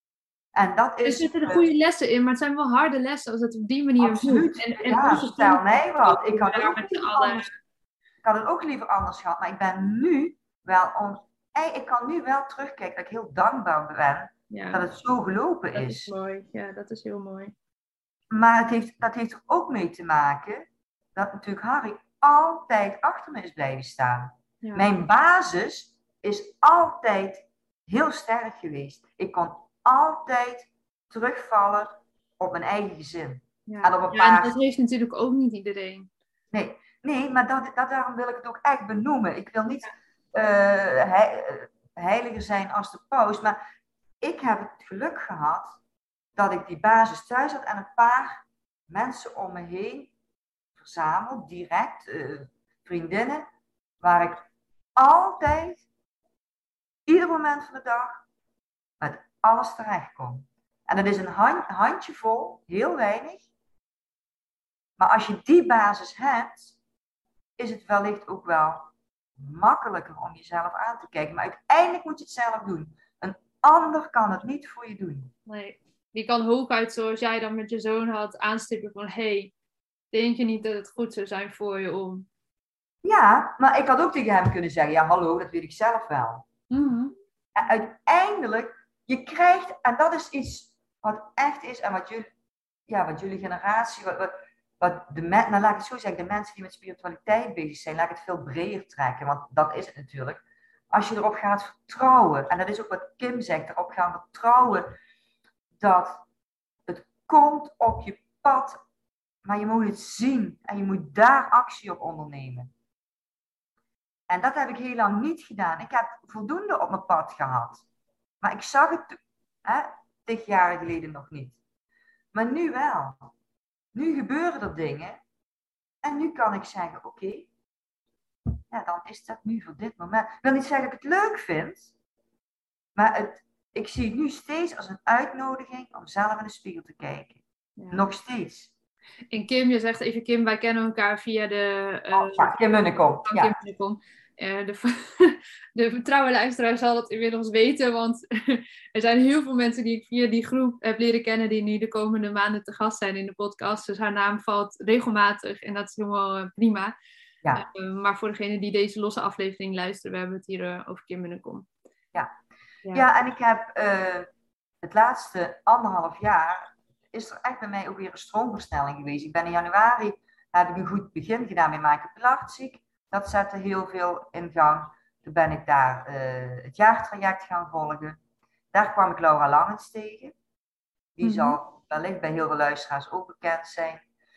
En dat is, er zitten er goede lessen in, maar het zijn wel harde lessen als het op die manier absoluut. moet. En, en ja, stel mij wat. Ik had, ook liever anders, ik had het ook liever anders gehad, maar ik ben nu wel on, ik kan nu wel terugkijken dat ik heel dankbaar ben ja. dat het zo gelopen dat is. Dat is mooi, ja, dat is heel mooi. Maar het heeft, dat heeft er ook mee te maken dat natuurlijk Harry altijd achter me is blijven staan. Ja. Mijn basis is altijd heel sterk geweest. Ik kon altijd terugvallen op mijn eigen gezin. Ja, en, op een ja, paar... en dat heeft natuurlijk ook niet iedereen. Nee, nee maar dat, dat, daarom wil ik het ook echt benoemen. Ik wil niet uh, he, heiliger zijn als de paus, maar ik heb het geluk gehad dat ik die basis thuis had en een paar mensen om me heen verzameld, direct, uh, vriendinnen, waar ik altijd, ieder moment van de dag, met alles terecht kom. En dat is een hand, handjevol, heel weinig. Maar als je die basis hebt, is het wellicht ook wel makkelijker om jezelf aan te kijken. Maar uiteindelijk moet je het zelf doen. Een ander kan het niet voor je doen. Nee, die kan hooguit, zoals jij dan met je zoon had, aanstippen van, hé, hey, denk je niet dat het goed zou zijn voor je om Ja, maar ik had ook tegen hem kunnen zeggen, ja hallo, dat weet ik zelf wel. Mm-hmm. En uiteindelijk, je krijgt, en dat is iets wat echt is en wat jullie, ja, wat jullie generatie, wat, wat, wat de men, nou laat ik het zo zeggen, de mensen die met spiritualiteit bezig zijn, laat ik het veel breder trekken, want dat is het natuurlijk. Als je erop gaat vertrouwen, en dat is ook wat Kim zegt, erop gaan vertrouwen dat het komt op je pad, maar je moet het zien en je moet daar actie op ondernemen. En dat heb ik heel lang niet gedaan. Ik heb voldoende op mijn pad gehad. Maar ik zag het hè, tig jaar geleden nog niet. Maar nu wel. Nu gebeuren er dingen. En nu kan ik zeggen, oké, okay, ja, dan is dat nu voor dit moment. Ik wil niet zeggen dat ik het leuk vind. Maar het, ik zie het nu steeds als een uitnodiging om zelf in de spiegel te kijken. Ja. Nog steeds. En Kim, je zegt even Kim, wij kennen elkaar via de... Uh, oh, ja, Kim Munnekom. Ja. Kim Munnekom. Uh, de, de trouwe luisteraar zal het inmiddels weten, want er zijn heel veel mensen die ik via die groep heb leren kennen die nu de komende maanden te gast zijn in de podcast. Dus haar naam valt regelmatig en dat is helemaal uh, prima. Ja. Uh, maar voor degene die deze losse aflevering luisteren, we hebben het hier uh, over Kim Munnekom. Ja. Ja. ja, en ik heb uh, het laatste anderhalf jaar is er echt bij mij ook weer een stroomversnelling geweest. Ik ben in januari, heb ik een goed begin gedaan met Maaike Pilarczyk. Dat zette heel veel in gang. Toen ben ik daar uh, het jaartraject gaan volgen. Daar kwam ik Laura Langens tegen. Die mm-hmm. zal wellicht bij heel veel luisteraars ook bekend zijn.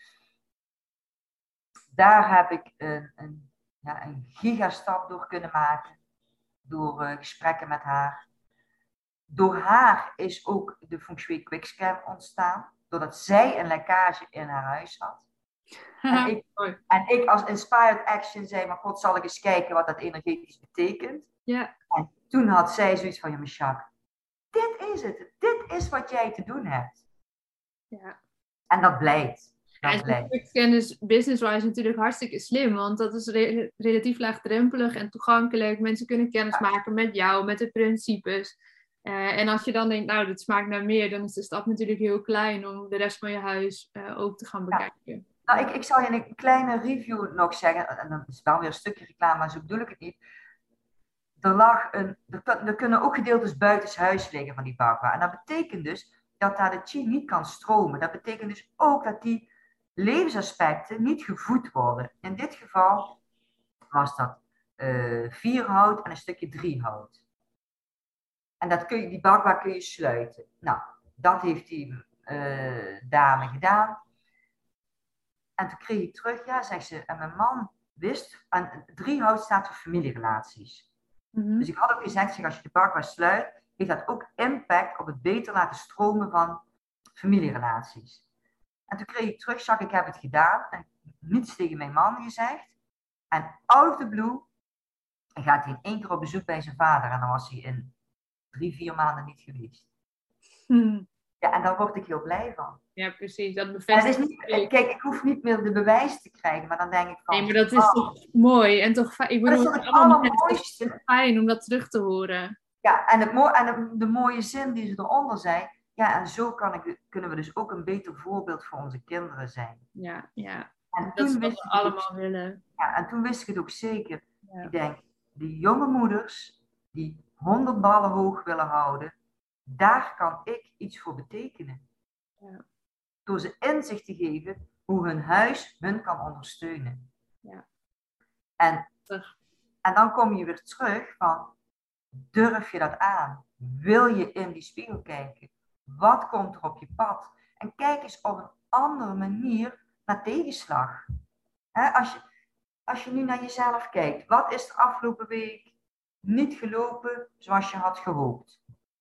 Daar heb ik een, een, ja, een gigastap door kunnen maken. Door uh, gesprekken met haar. Door haar is ook de Feng Shui Quickscan ontstaan. Doordat zij een lekkage in haar huis had. En ik, en ik als Inspired Action zei, maar god, zal ik eens kijken wat dat energetisch betekent. Ja. En toen had zij zoiets van, ja maar Jacques, dit is het. Dit is wat jij te doen hebt. Ja. En dat blijkt. Dat ja, Quickscan is business-wise natuurlijk hartstikke slim, want dat is re- relatief laagdrempelig en toegankelijk. Mensen kunnen kennis ja. maken met jou, met de principes. Uh, en als je dan denkt, nou, dit smaakt naar meer, dan is de stap natuurlijk heel klein om de rest van je huis uh, ook te gaan bekijken. Ja. Nou, ik, ik zal je een kleine review nog zeggen, en dan is wel weer een stukje reclame, maar zo bedoel ik het niet. Er, lag een, er, er kunnen ook gedeeltes buitenshuis liggen van die bagua. En dat betekent dus dat daar de chi niet kan stromen. Dat betekent dus ook dat die levensaspecten niet gevoed worden. In dit geval was dat uh, vier hout en een stukje drie hout. En dat kun je, die bagua kun je sluiten. Nou, dat heeft die uh, dame gedaan. En toen kreeg ik terug, ja, zegt ze, en mijn man wist, en drie hout staat voor familierelaties. Mm-hmm. Dus ik had ook gezegd, zeg, als je de bagua sluit, heeft dat ook impact op het beter laten stromen van familierelaties. En toen kreeg ik terug, zag ik heb het gedaan, en niets tegen mijn man gezegd. En out of the blue, en gaat hij in één keer op bezoek bij zijn vader, en dan was hij in drie, vier maanden niet geweest. Hmm. Ja, en daar word ik heel blij van. Ja, precies. Dat bevestigt. Niet, kijk, ik hoef niet meer de bewijs te krijgen, maar dan denk ik van... Nee, maar dat is oh, toch mooi en toch fijn. Ik bedoel, dat is het allermooiste. Het is fijn om dat terug te horen. Ja, en, het mo- en de, de mooie zin die ze eronder zei. Ja, en zo kan ik, kunnen we dus ook een beter voorbeeld voor onze kinderen zijn. Ja, ja. En dat toen is wat wist we ik allemaal ook, willen. Ja, en toen wist ik het ook zeker. Ja. Ik denk, die jonge moeders die honderd ballen hoog willen houden, daar kan ik iets voor betekenen. Ja. Door ze inzicht te geven hoe hun huis hun kan ondersteunen. Ja. En, en dan kom je weer terug van, durf je dat aan? Wil je in die spiegel kijken? Wat komt er op je pad? En kijk eens op een andere manier naar tegenslag. He, als, je, als je nu naar jezelf kijkt, wat is de afgelopen week niet gelopen zoals je had gehoopt?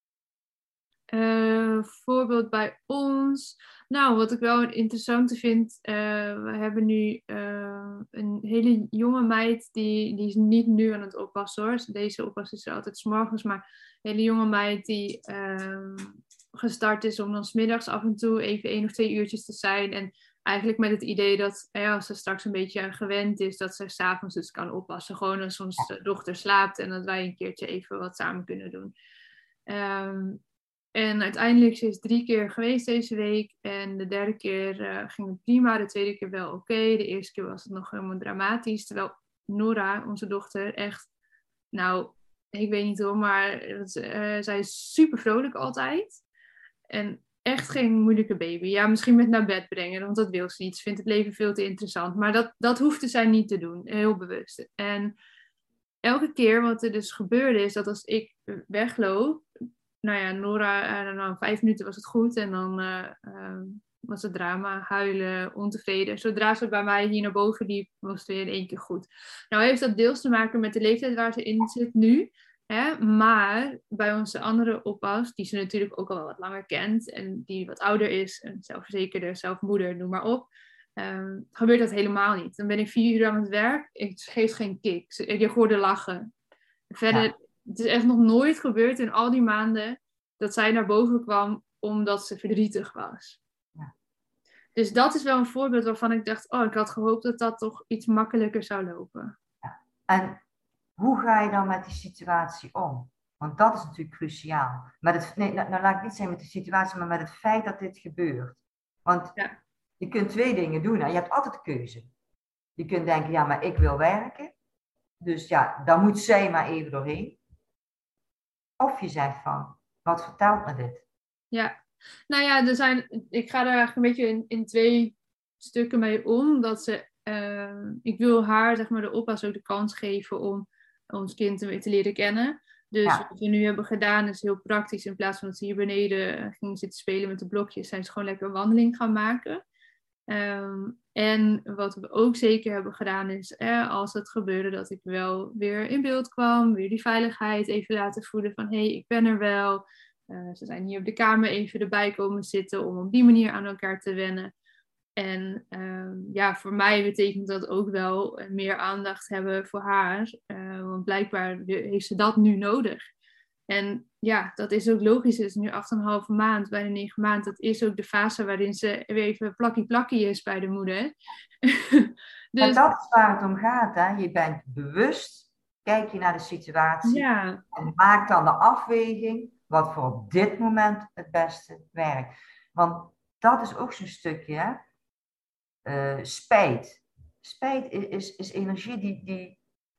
Uh, voorbeeld bij ons. Nou, wat ik wel interessant vind, uh, we hebben nu uh, een hele jonge meid, die, die is niet nu aan het oppassen hoor. Deze oppas is er altijd 's morgens, maar een hele jonge meid die uh, gestart is om dan 's middags af en toe even één of twee uurtjes te zijn. En eigenlijk met het idee dat ja, als ze straks een beetje gewend is, dat ze 's avonds dus kan oppassen. Gewoon als onze dochter slaapt en dat wij een keertje even wat samen kunnen doen. Um, En uiteindelijk, ze is drie keer geweest deze week. En de derde keer uh, ging het prima. De tweede keer wel oké. Okay. De eerste keer was het nog helemaal dramatisch. Terwijl Nora, onze dochter, echt, nou, ik weet niet hoor, maar dat, uh, zij is super vrolijk altijd. En echt geen moeilijke baby. Ja, misschien met naar bed brengen, want dat wil ze niet. Ze vindt het leven veel te interessant. Maar dat, dat hoefde zij niet te doen, heel bewust. En elke keer wat er dus gebeurde is dat als ik wegloop, nou ja, Nora, uh, nou, vijf minuten was het goed en dan uh, uh, was het drama, huilen, ontevreden. Zodra ze bij mij hier naar boven liep, was het weer in één keer goed. Nou heeft dat deels te maken met de leeftijd waar ze in zit nu. Hè? Maar bij onze andere oppas, die ze natuurlijk ook al wel wat langer kent en die wat ouder is, en zelfverzekerde, zelfmoeder, noem maar op, um, gebeurt dat helemaal niet. Dan ben ik vier uur aan het werk, ik geef geen kick. Je hoorde lachen. Verder, ja. Het is echt nog nooit gebeurd in al die maanden dat zij naar boven kwam omdat ze verdrietig was. Ja. Dus dat is wel een voorbeeld waarvan ik dacht, oh, ik had gehoopt dat dat toch iets makkelijker zou lopen. Ja. En hoe ga je dan met die situatie om? Want dat is natuurlijk cruciaal. Met het, nee, nou, nou laat ik niet zeggen met de situatie, maar met het feit dat dit gebeurt. Want ja. je kunt twee dingen doen. Hè? Je hebt altijd keuze. Je kunt denken, ja, maar ik wil werken. Dus ja, dan moet zij maar even doorheen. Of je zegt van, wat vertelt me dit? Ja, nou ja, er zijn, ik ga er eigenlijk een beetje in, in twee stukken mee om. Dat ze, uh, ik wil haar, zeg maar, de oppas ook de kans geven om ons kind te, te leren kennen. Dus ja. wat we nu hebben gedaan is heel praktisch. In plaats van dat ze hier beneden gingen zitten spelen met de blokjes, zijn ze gewoon lekker een wandeling gaan maken. Um, en wat we ook zeker hebben gedaan is, eh, als het gebeurde dat ik wel weer in beeld kwam, weer die veiligheid even laten voelen van hé, hey, ik ben er wel. Uh, ze zijn hier op de kamer even erbij komen zitten om op die manier aan elkaar te wennen. En um, ja, voor mij betekent dat ook wel meer aandacht hebben voor haar. Uh, want blijkbaar heeft ze dat nu nodig. En ja, dat is ook logisch. Het is nu acht en een halve maand, bijna negen maanden. Dat is ook de fase waarin ze weer even plakkie-plakkie is bij de moeder. Dus... En dat is waar het om gaat. Hè? Je bent bewust, kijk je naar de situatie. Ja. En maak dan de afweging wat voor op dit moment het beste werkt. Want dat is ook zo'n stukje, hè? Uh, spijt. Spijt is, is, is energie die, die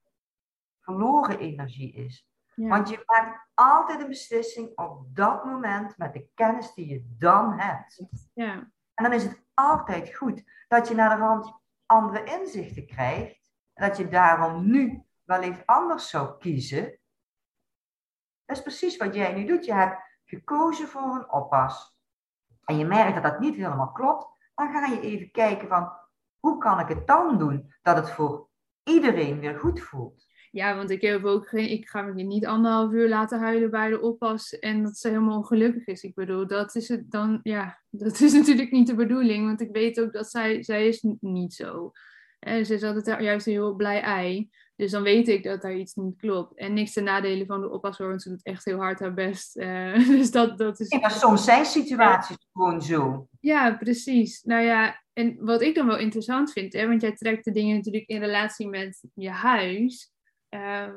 verloren energie is. Ja. Want je maakt altijd een beslissing op dat moment met de kennis die je dan hebt. Ja. En dan is het altijd goed dat je naar de rand andere inzichten krijgt. En dat je daarom nu wellicht anders zou kiezen. Dat is precies wat jij nu doet. Je hebt gekozen voor een oppas. En je merkt dat dat niet helemaal klopt. Dan ga je even kijken van, hoe kan ik het dan doen dat het voor iedereen weer goed voelt. Ja, want ik heb ook geen, ik ga me niet anderhalf uur laten huilen bij de oppas en dat ze helemaal ongelukkig is. Ik bedoel, dat is het dan, ja, dat is natuurlijk niet de bedoeling, want ik weet ook dat zij, zij is niet zo. En ze is altijd juist een heel blij ei. Dus dan weet ik dat daar iets niet klopt. En niks ten nadele van de oppas hoor, want ze doet echt heel hard haar best. Uh, dus dat, dat is... Ja, maar soms zijn situaties ja. gewoon zo. Ja, precies. Nou ja, en wat ik dan wel interessant vind, hè, want jij trekt de dingen natuurlijk in relatie met je huis. Uh,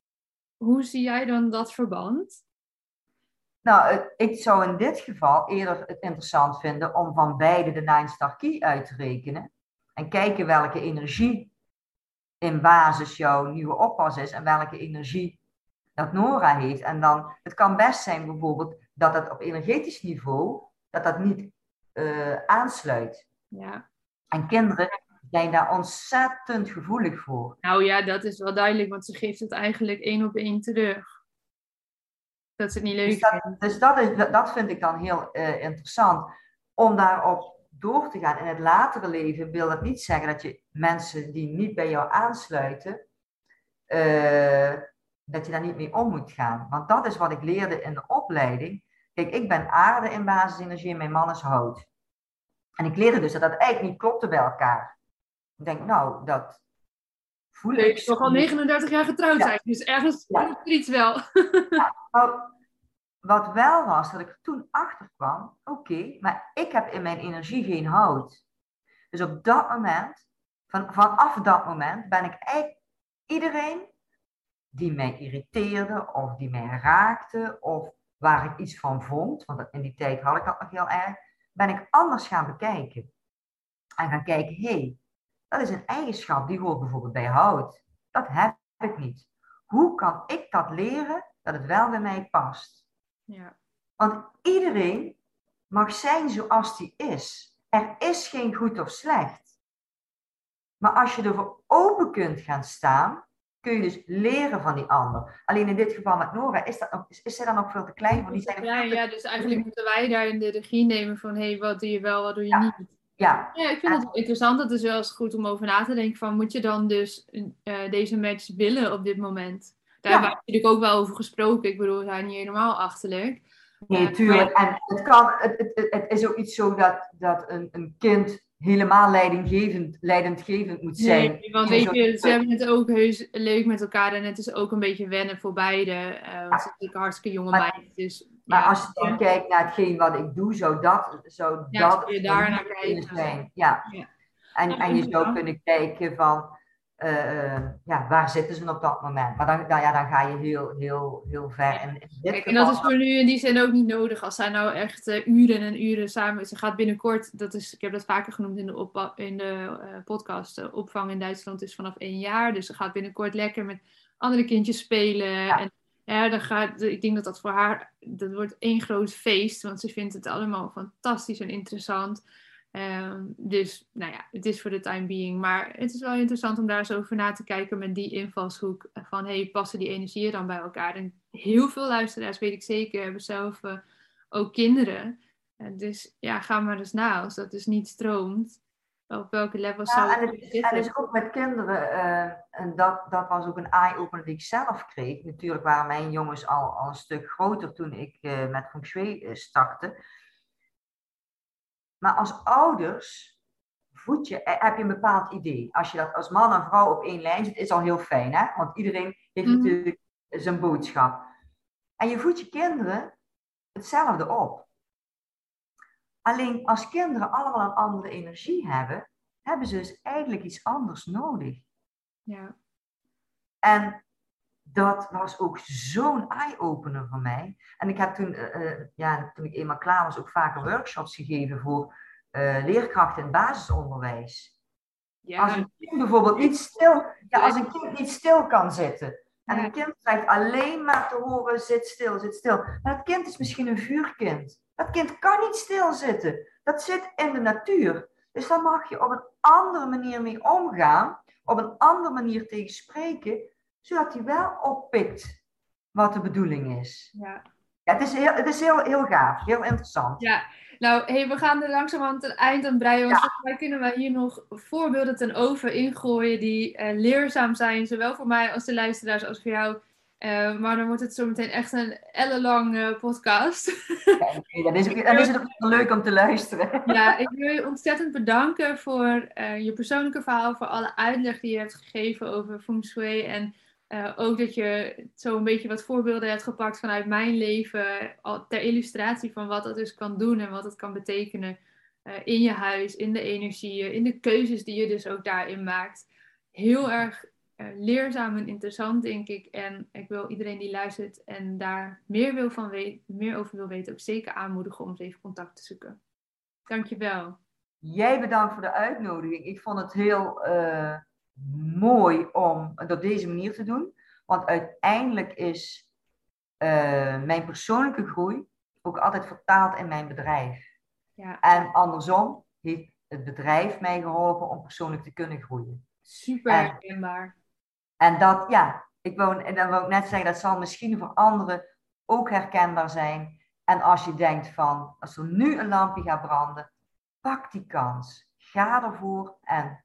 hoe zie jij dan dat verband? Nou, ik zou in dit geval eerder het interessant vinden om van beide de Nine-Star Key uit te rekenen. En kijken welke energie in basis jouw nieuwe oppas is en welke energie dat Nora heeft. En dan, het kan best zijn bijvoorbeeld dat het op energetisch niveau, dat dat niet uh, aansluit. Ja. En kinderen zijn daar ontzettend gevoelig voor. Nou ja, dat is wel duidelijk, want ze geeft het eigenlijk één op één terug. Dat ze het niet leuk dus dat, dus dat, is, dat vind ik dan heel uh, interessant. Om daarop door te gaan. In het latere leven wil dat niet zeggen dat je mensen die niet bij jou aansluiten, uh, dat je daar niet mee om moet gaan. Want dat is wat ik leerde in de opleiding. Kijk, ik ben aarde in basisenergie en mijn man is hout. En ik leerde dus dat dat eigenlijk niet klopte bij elkaar. Ik denk, nou, dat voel ik. Je toch al negenendertig jaar getrouwd ja. zijn, dus ergens ja. iets wel. Ja, maar wat wel was, dat ik er toen achter kwam, oké, okay, maar ik heb in mijn energie geen hout. Dus op dat moment, van, vanaf dat moment, ben ik eigenlijk iedereen die mij irriteerde, of die mij raakte, of waar ik iets van vond, want in die tijd had ik dat nog heel erg, ben ik anders gaan bekijken. En gaan kijken, hé, hey, dat is een eigenschap die hoort bijvoorbeeld bij hout. Dat heb ik niet. Hoe kan ik dat leren dat het wel bij mij past? Ja. Want iedereen mag zijn zoals die is. Er is geen goed of slecht. Maar als je ervoor open kunt gaan staan, kun je dus leren van die ander. Alleen in dit geval met Nora, is, dat nog, is, is zij dan nog veel te klein? Want die zijn ja, ja, dus eigenlijk moeten wij daarin de regie nemen van, hé, hey, wat doe je wel, wat doe je ja. niet? Ja. Ja, ik vind het wel interessant. Dat is wel eens goed om over na te denken van, moet je dan dus uh, deze match willen op dit moment? Daar ja. hebben we natuurlijk ook wel over gesproken. Ik bedoel, we zijn niet helemaal achterlijk. Nee, uh, tuurlijk. Maar... En het, kan, het, het, het is ook niet zo dat, dat een, een kind helemaal leidinggevend, leidendgevend moet zijn. Nee, want weet je, ze hebben het ook heus leuk met elkaar en het is ook een beetje wennen voor beide. Uh, want ja. Ze is natuurlijk een hartstikke jonge maar, meid. Dus, maar ja. als je dan kijkt naar hetgeen wat ik doe, zou dat, zou ja, dat je daar naar kijken zijn. Ja. Ja. En, ja, en je zou kunnen kijken van, uh, ja, waar zitten ze op dat moment? Maar dan, dan, ja, dan ga je heel, heel, heel ver. Ja. In, in dit Kijk, geval, en dat is voor nu in die zin ook niet nodig. Als zij nou echt uh, uren en uren samen... Ze gaat binnenkort, dat is, ik heb dat vaker genoemd in de, op, in de uh, podcast... De opvang in Duitsland is vanaf één jaar. Dus ze gaat binnenkort lekker met andere kindjes spelen. Ja. En ja, dan gaat, ik denk dat dat voor haar... Dat wordt één groot feest. Want ze vindt het allemaal fantastisch en interessant. Um, dus, nou ja, het is voor de time being. Maar het is wel interessant om daar eens over na te kijken met die invalshoek. Van, hey, passen die energieën dan bij elkaar? En heel veel luisteraars, weet ik zeker, hebben zelf uh, ook kinderen. Uh, dus ja, ga maar eens na. Als dat dus niet stroomt, op welke level ja, zou het zitten? En dus ook met kinderen, uh, en dat, dat was ook een eye-opener die ik zelf kreeg. Natuurlijk waren mijn jongens al, al een stuk groter toen ik uh, met Feng Shui uh, startte. Maar als ouders voed je, heb je een bepaald idee. Als je dat als man en vrouw op één lijn zit, is al heel fijn, hè? Want iedereen heeft mm-hmm. natuurlijk zijn boodschap. En je voedt je kinderen hetzelfde op. Alleen als kinderen allemaal een andere energie hebben, hebben ze dus eigenlijk iets anders nodig. Ja. En dat was ook zo'n eye-opener voor mij. En ik heb toen, uh, ja, toen ik eenmaal klaar was, ook vaker workshops gegeven voor uh, leerkrachten in het basisonderwijs. Ja. Als een kind bijvoorbeeld niet stil, ja, als een kind niet stil kan zitten. En ja. een kind krijgt alleen maar te horen, zit stil, zit stil. Maar dat kind is misschien een vuurkind. Dat kind kan niet stilzitten. Dat zit in de natuur. Dus dan mag je op een andere manier mee omgaan. Op een andere manier tegen spreken. Zodat hij wel oppikt wat de bedoeling is. Ja. Ja, het is, heel, het is heel, heel gaaf, heel interessant. Ja, nou, hey, we gaan er langzaam aan het eind aan breien. Want ja. volgens mij kunnen wij hier nog voorbeelden ten over ingooien die uh, leerzaam zijn. Zowel voor mij als de luisteraars als voor jou. Uh, maar dan wordt het zo meteen echt een ellenlang uh, podcast. Ja, nee, dan, is het, dan is het ook wel leuk om te luisteren. Ja, ik wil je ontzettend bedanken voor uh, je persoonlijke verhaal. Voor alle uitleg die je hebt gegeven over Feng Shui. En uh, ook dat je zo een beetje wat voorbeelden hebt gepakt vanuit mijn leven. Ter illustratie van wat dat dus kan doen en wat het kan betekenen. Uh, in je huis, in de energieën, in de keuzes die je dus ook daarin maakt. Heel erg uh, leerzaam en interessant, denk ik. En ik wil iedereen die luistert en daar meer, wil van weet, meer over wil weten, ook zeker aanmoedigen om eens even contact te zoeken. Dankjewel. Jij bedankt voor de uitnodiging. Ik vond het heel uh, mooi om het op deze manier te doen. Want uiteindelijk is uh, mijn persoonlijke groei ook altijd vertaald in mijn bedrijf. Ja. En andersom heeft het bedrijf mij geholpen om persoonlijk te kunnen groeien. Super herkenbaar. En, en dat, ja, ik wou, en dan wou ik net zeggen, dat zal misschien voor anderen ook herkenbaar zijn. En als je denkt van, als er nu een lampje gaat branden, pak die kans. Ga ervoor en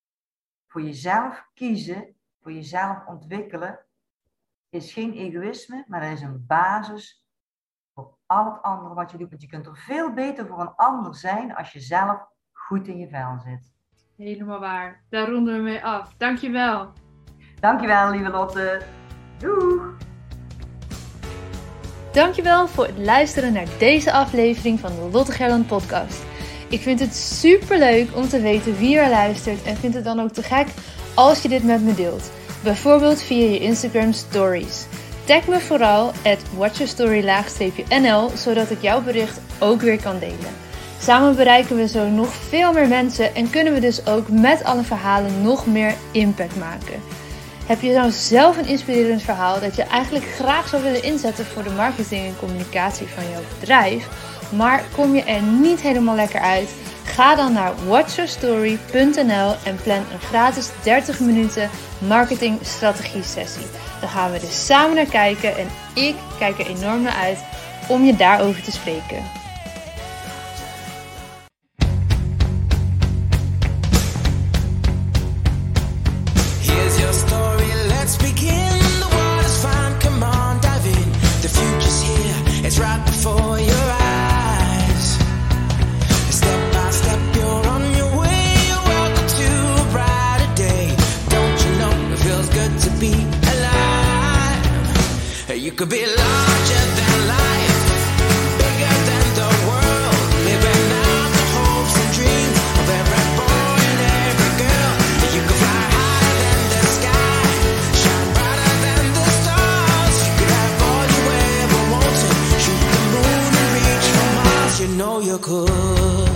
voor jezelf kiezen, voor jezelf ontwikkelen, is geen egoïsme, maar dat is een basis voor al het andere wat je doet. Want je kunt er veel beter voor een ander zijn als je zelf goed in je vel zit. Helemaal waar. Daar ronden we mee af. Dankjewel. Dankjewel, lieve Lotte. Doeg! Dankjewel voor het luisteren naar deze aflevering van de Lotte Gerland podcast. Ik vind het super leuk om te weten wie er luistert en vind het dan ook te gek als je dit met me deelt. Bijvoorbeeld via je Instagram stories. Tag me vooral at watchyourstory N L, zodat ik jouw bericht ook weer kan delen. Samen bereiken we zo nog veel meer mensen en kunnen we dus ook met alle verhalen nog meer impact maken. Heb je nou zelf een inspirerend verhaal dat je eigenlijk graag zou willen inzetten voor de marketing en communicatie van jouw bedrijf, maar kom je er niet helemaal lekker uit? Ga dan naar watch your story punt n l en plan een gratis dertig minuten marketingstrategie sessie. Dan gaan we er samen naar kijken en ik kijk er enorm naar uit om je daarover te spreken. You could be larger than life, bigger than the world, living out the hopes and dreams of every boy and every girl. You could fly higher than the sky, shine brighter than the stars. You could have all you ever wanted, shoot the moon and reach for Mars. You know you could.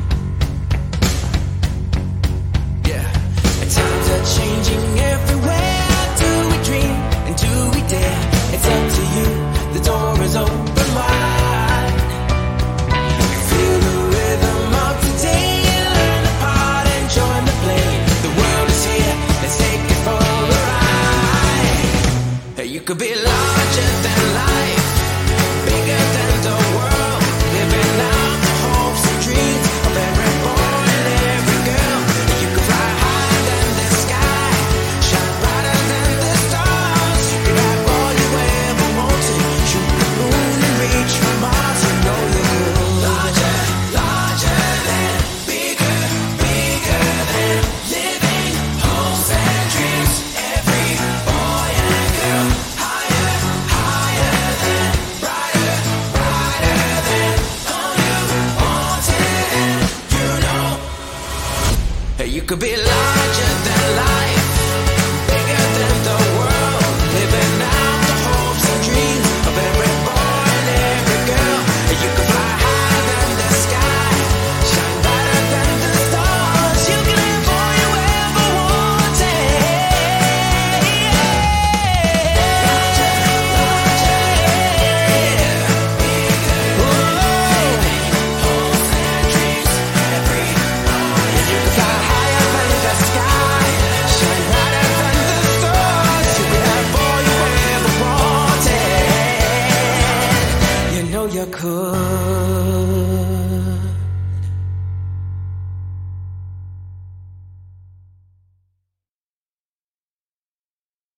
Yeah, and times are changing everywhere. Do we dream and do we dare? It's up to you, the door is open wide. Feel the rhythm of today, learn the part and join the play. The world is here, let's take it for a ride. You could be larger than life, bigger than the world, living out the hopes and dreams of every boy and every girl. You could fly higher than the sky, shine brighter than the stars. You could have all you ever wanted, shoot the moon and reach for Mars. You know you're good. Larger, larger than, bigger, bigger than, living hopes and dreams. Every boy and girl, higher, higher than, brighter, brighter than, all you wanted and you know. You could be larger than life,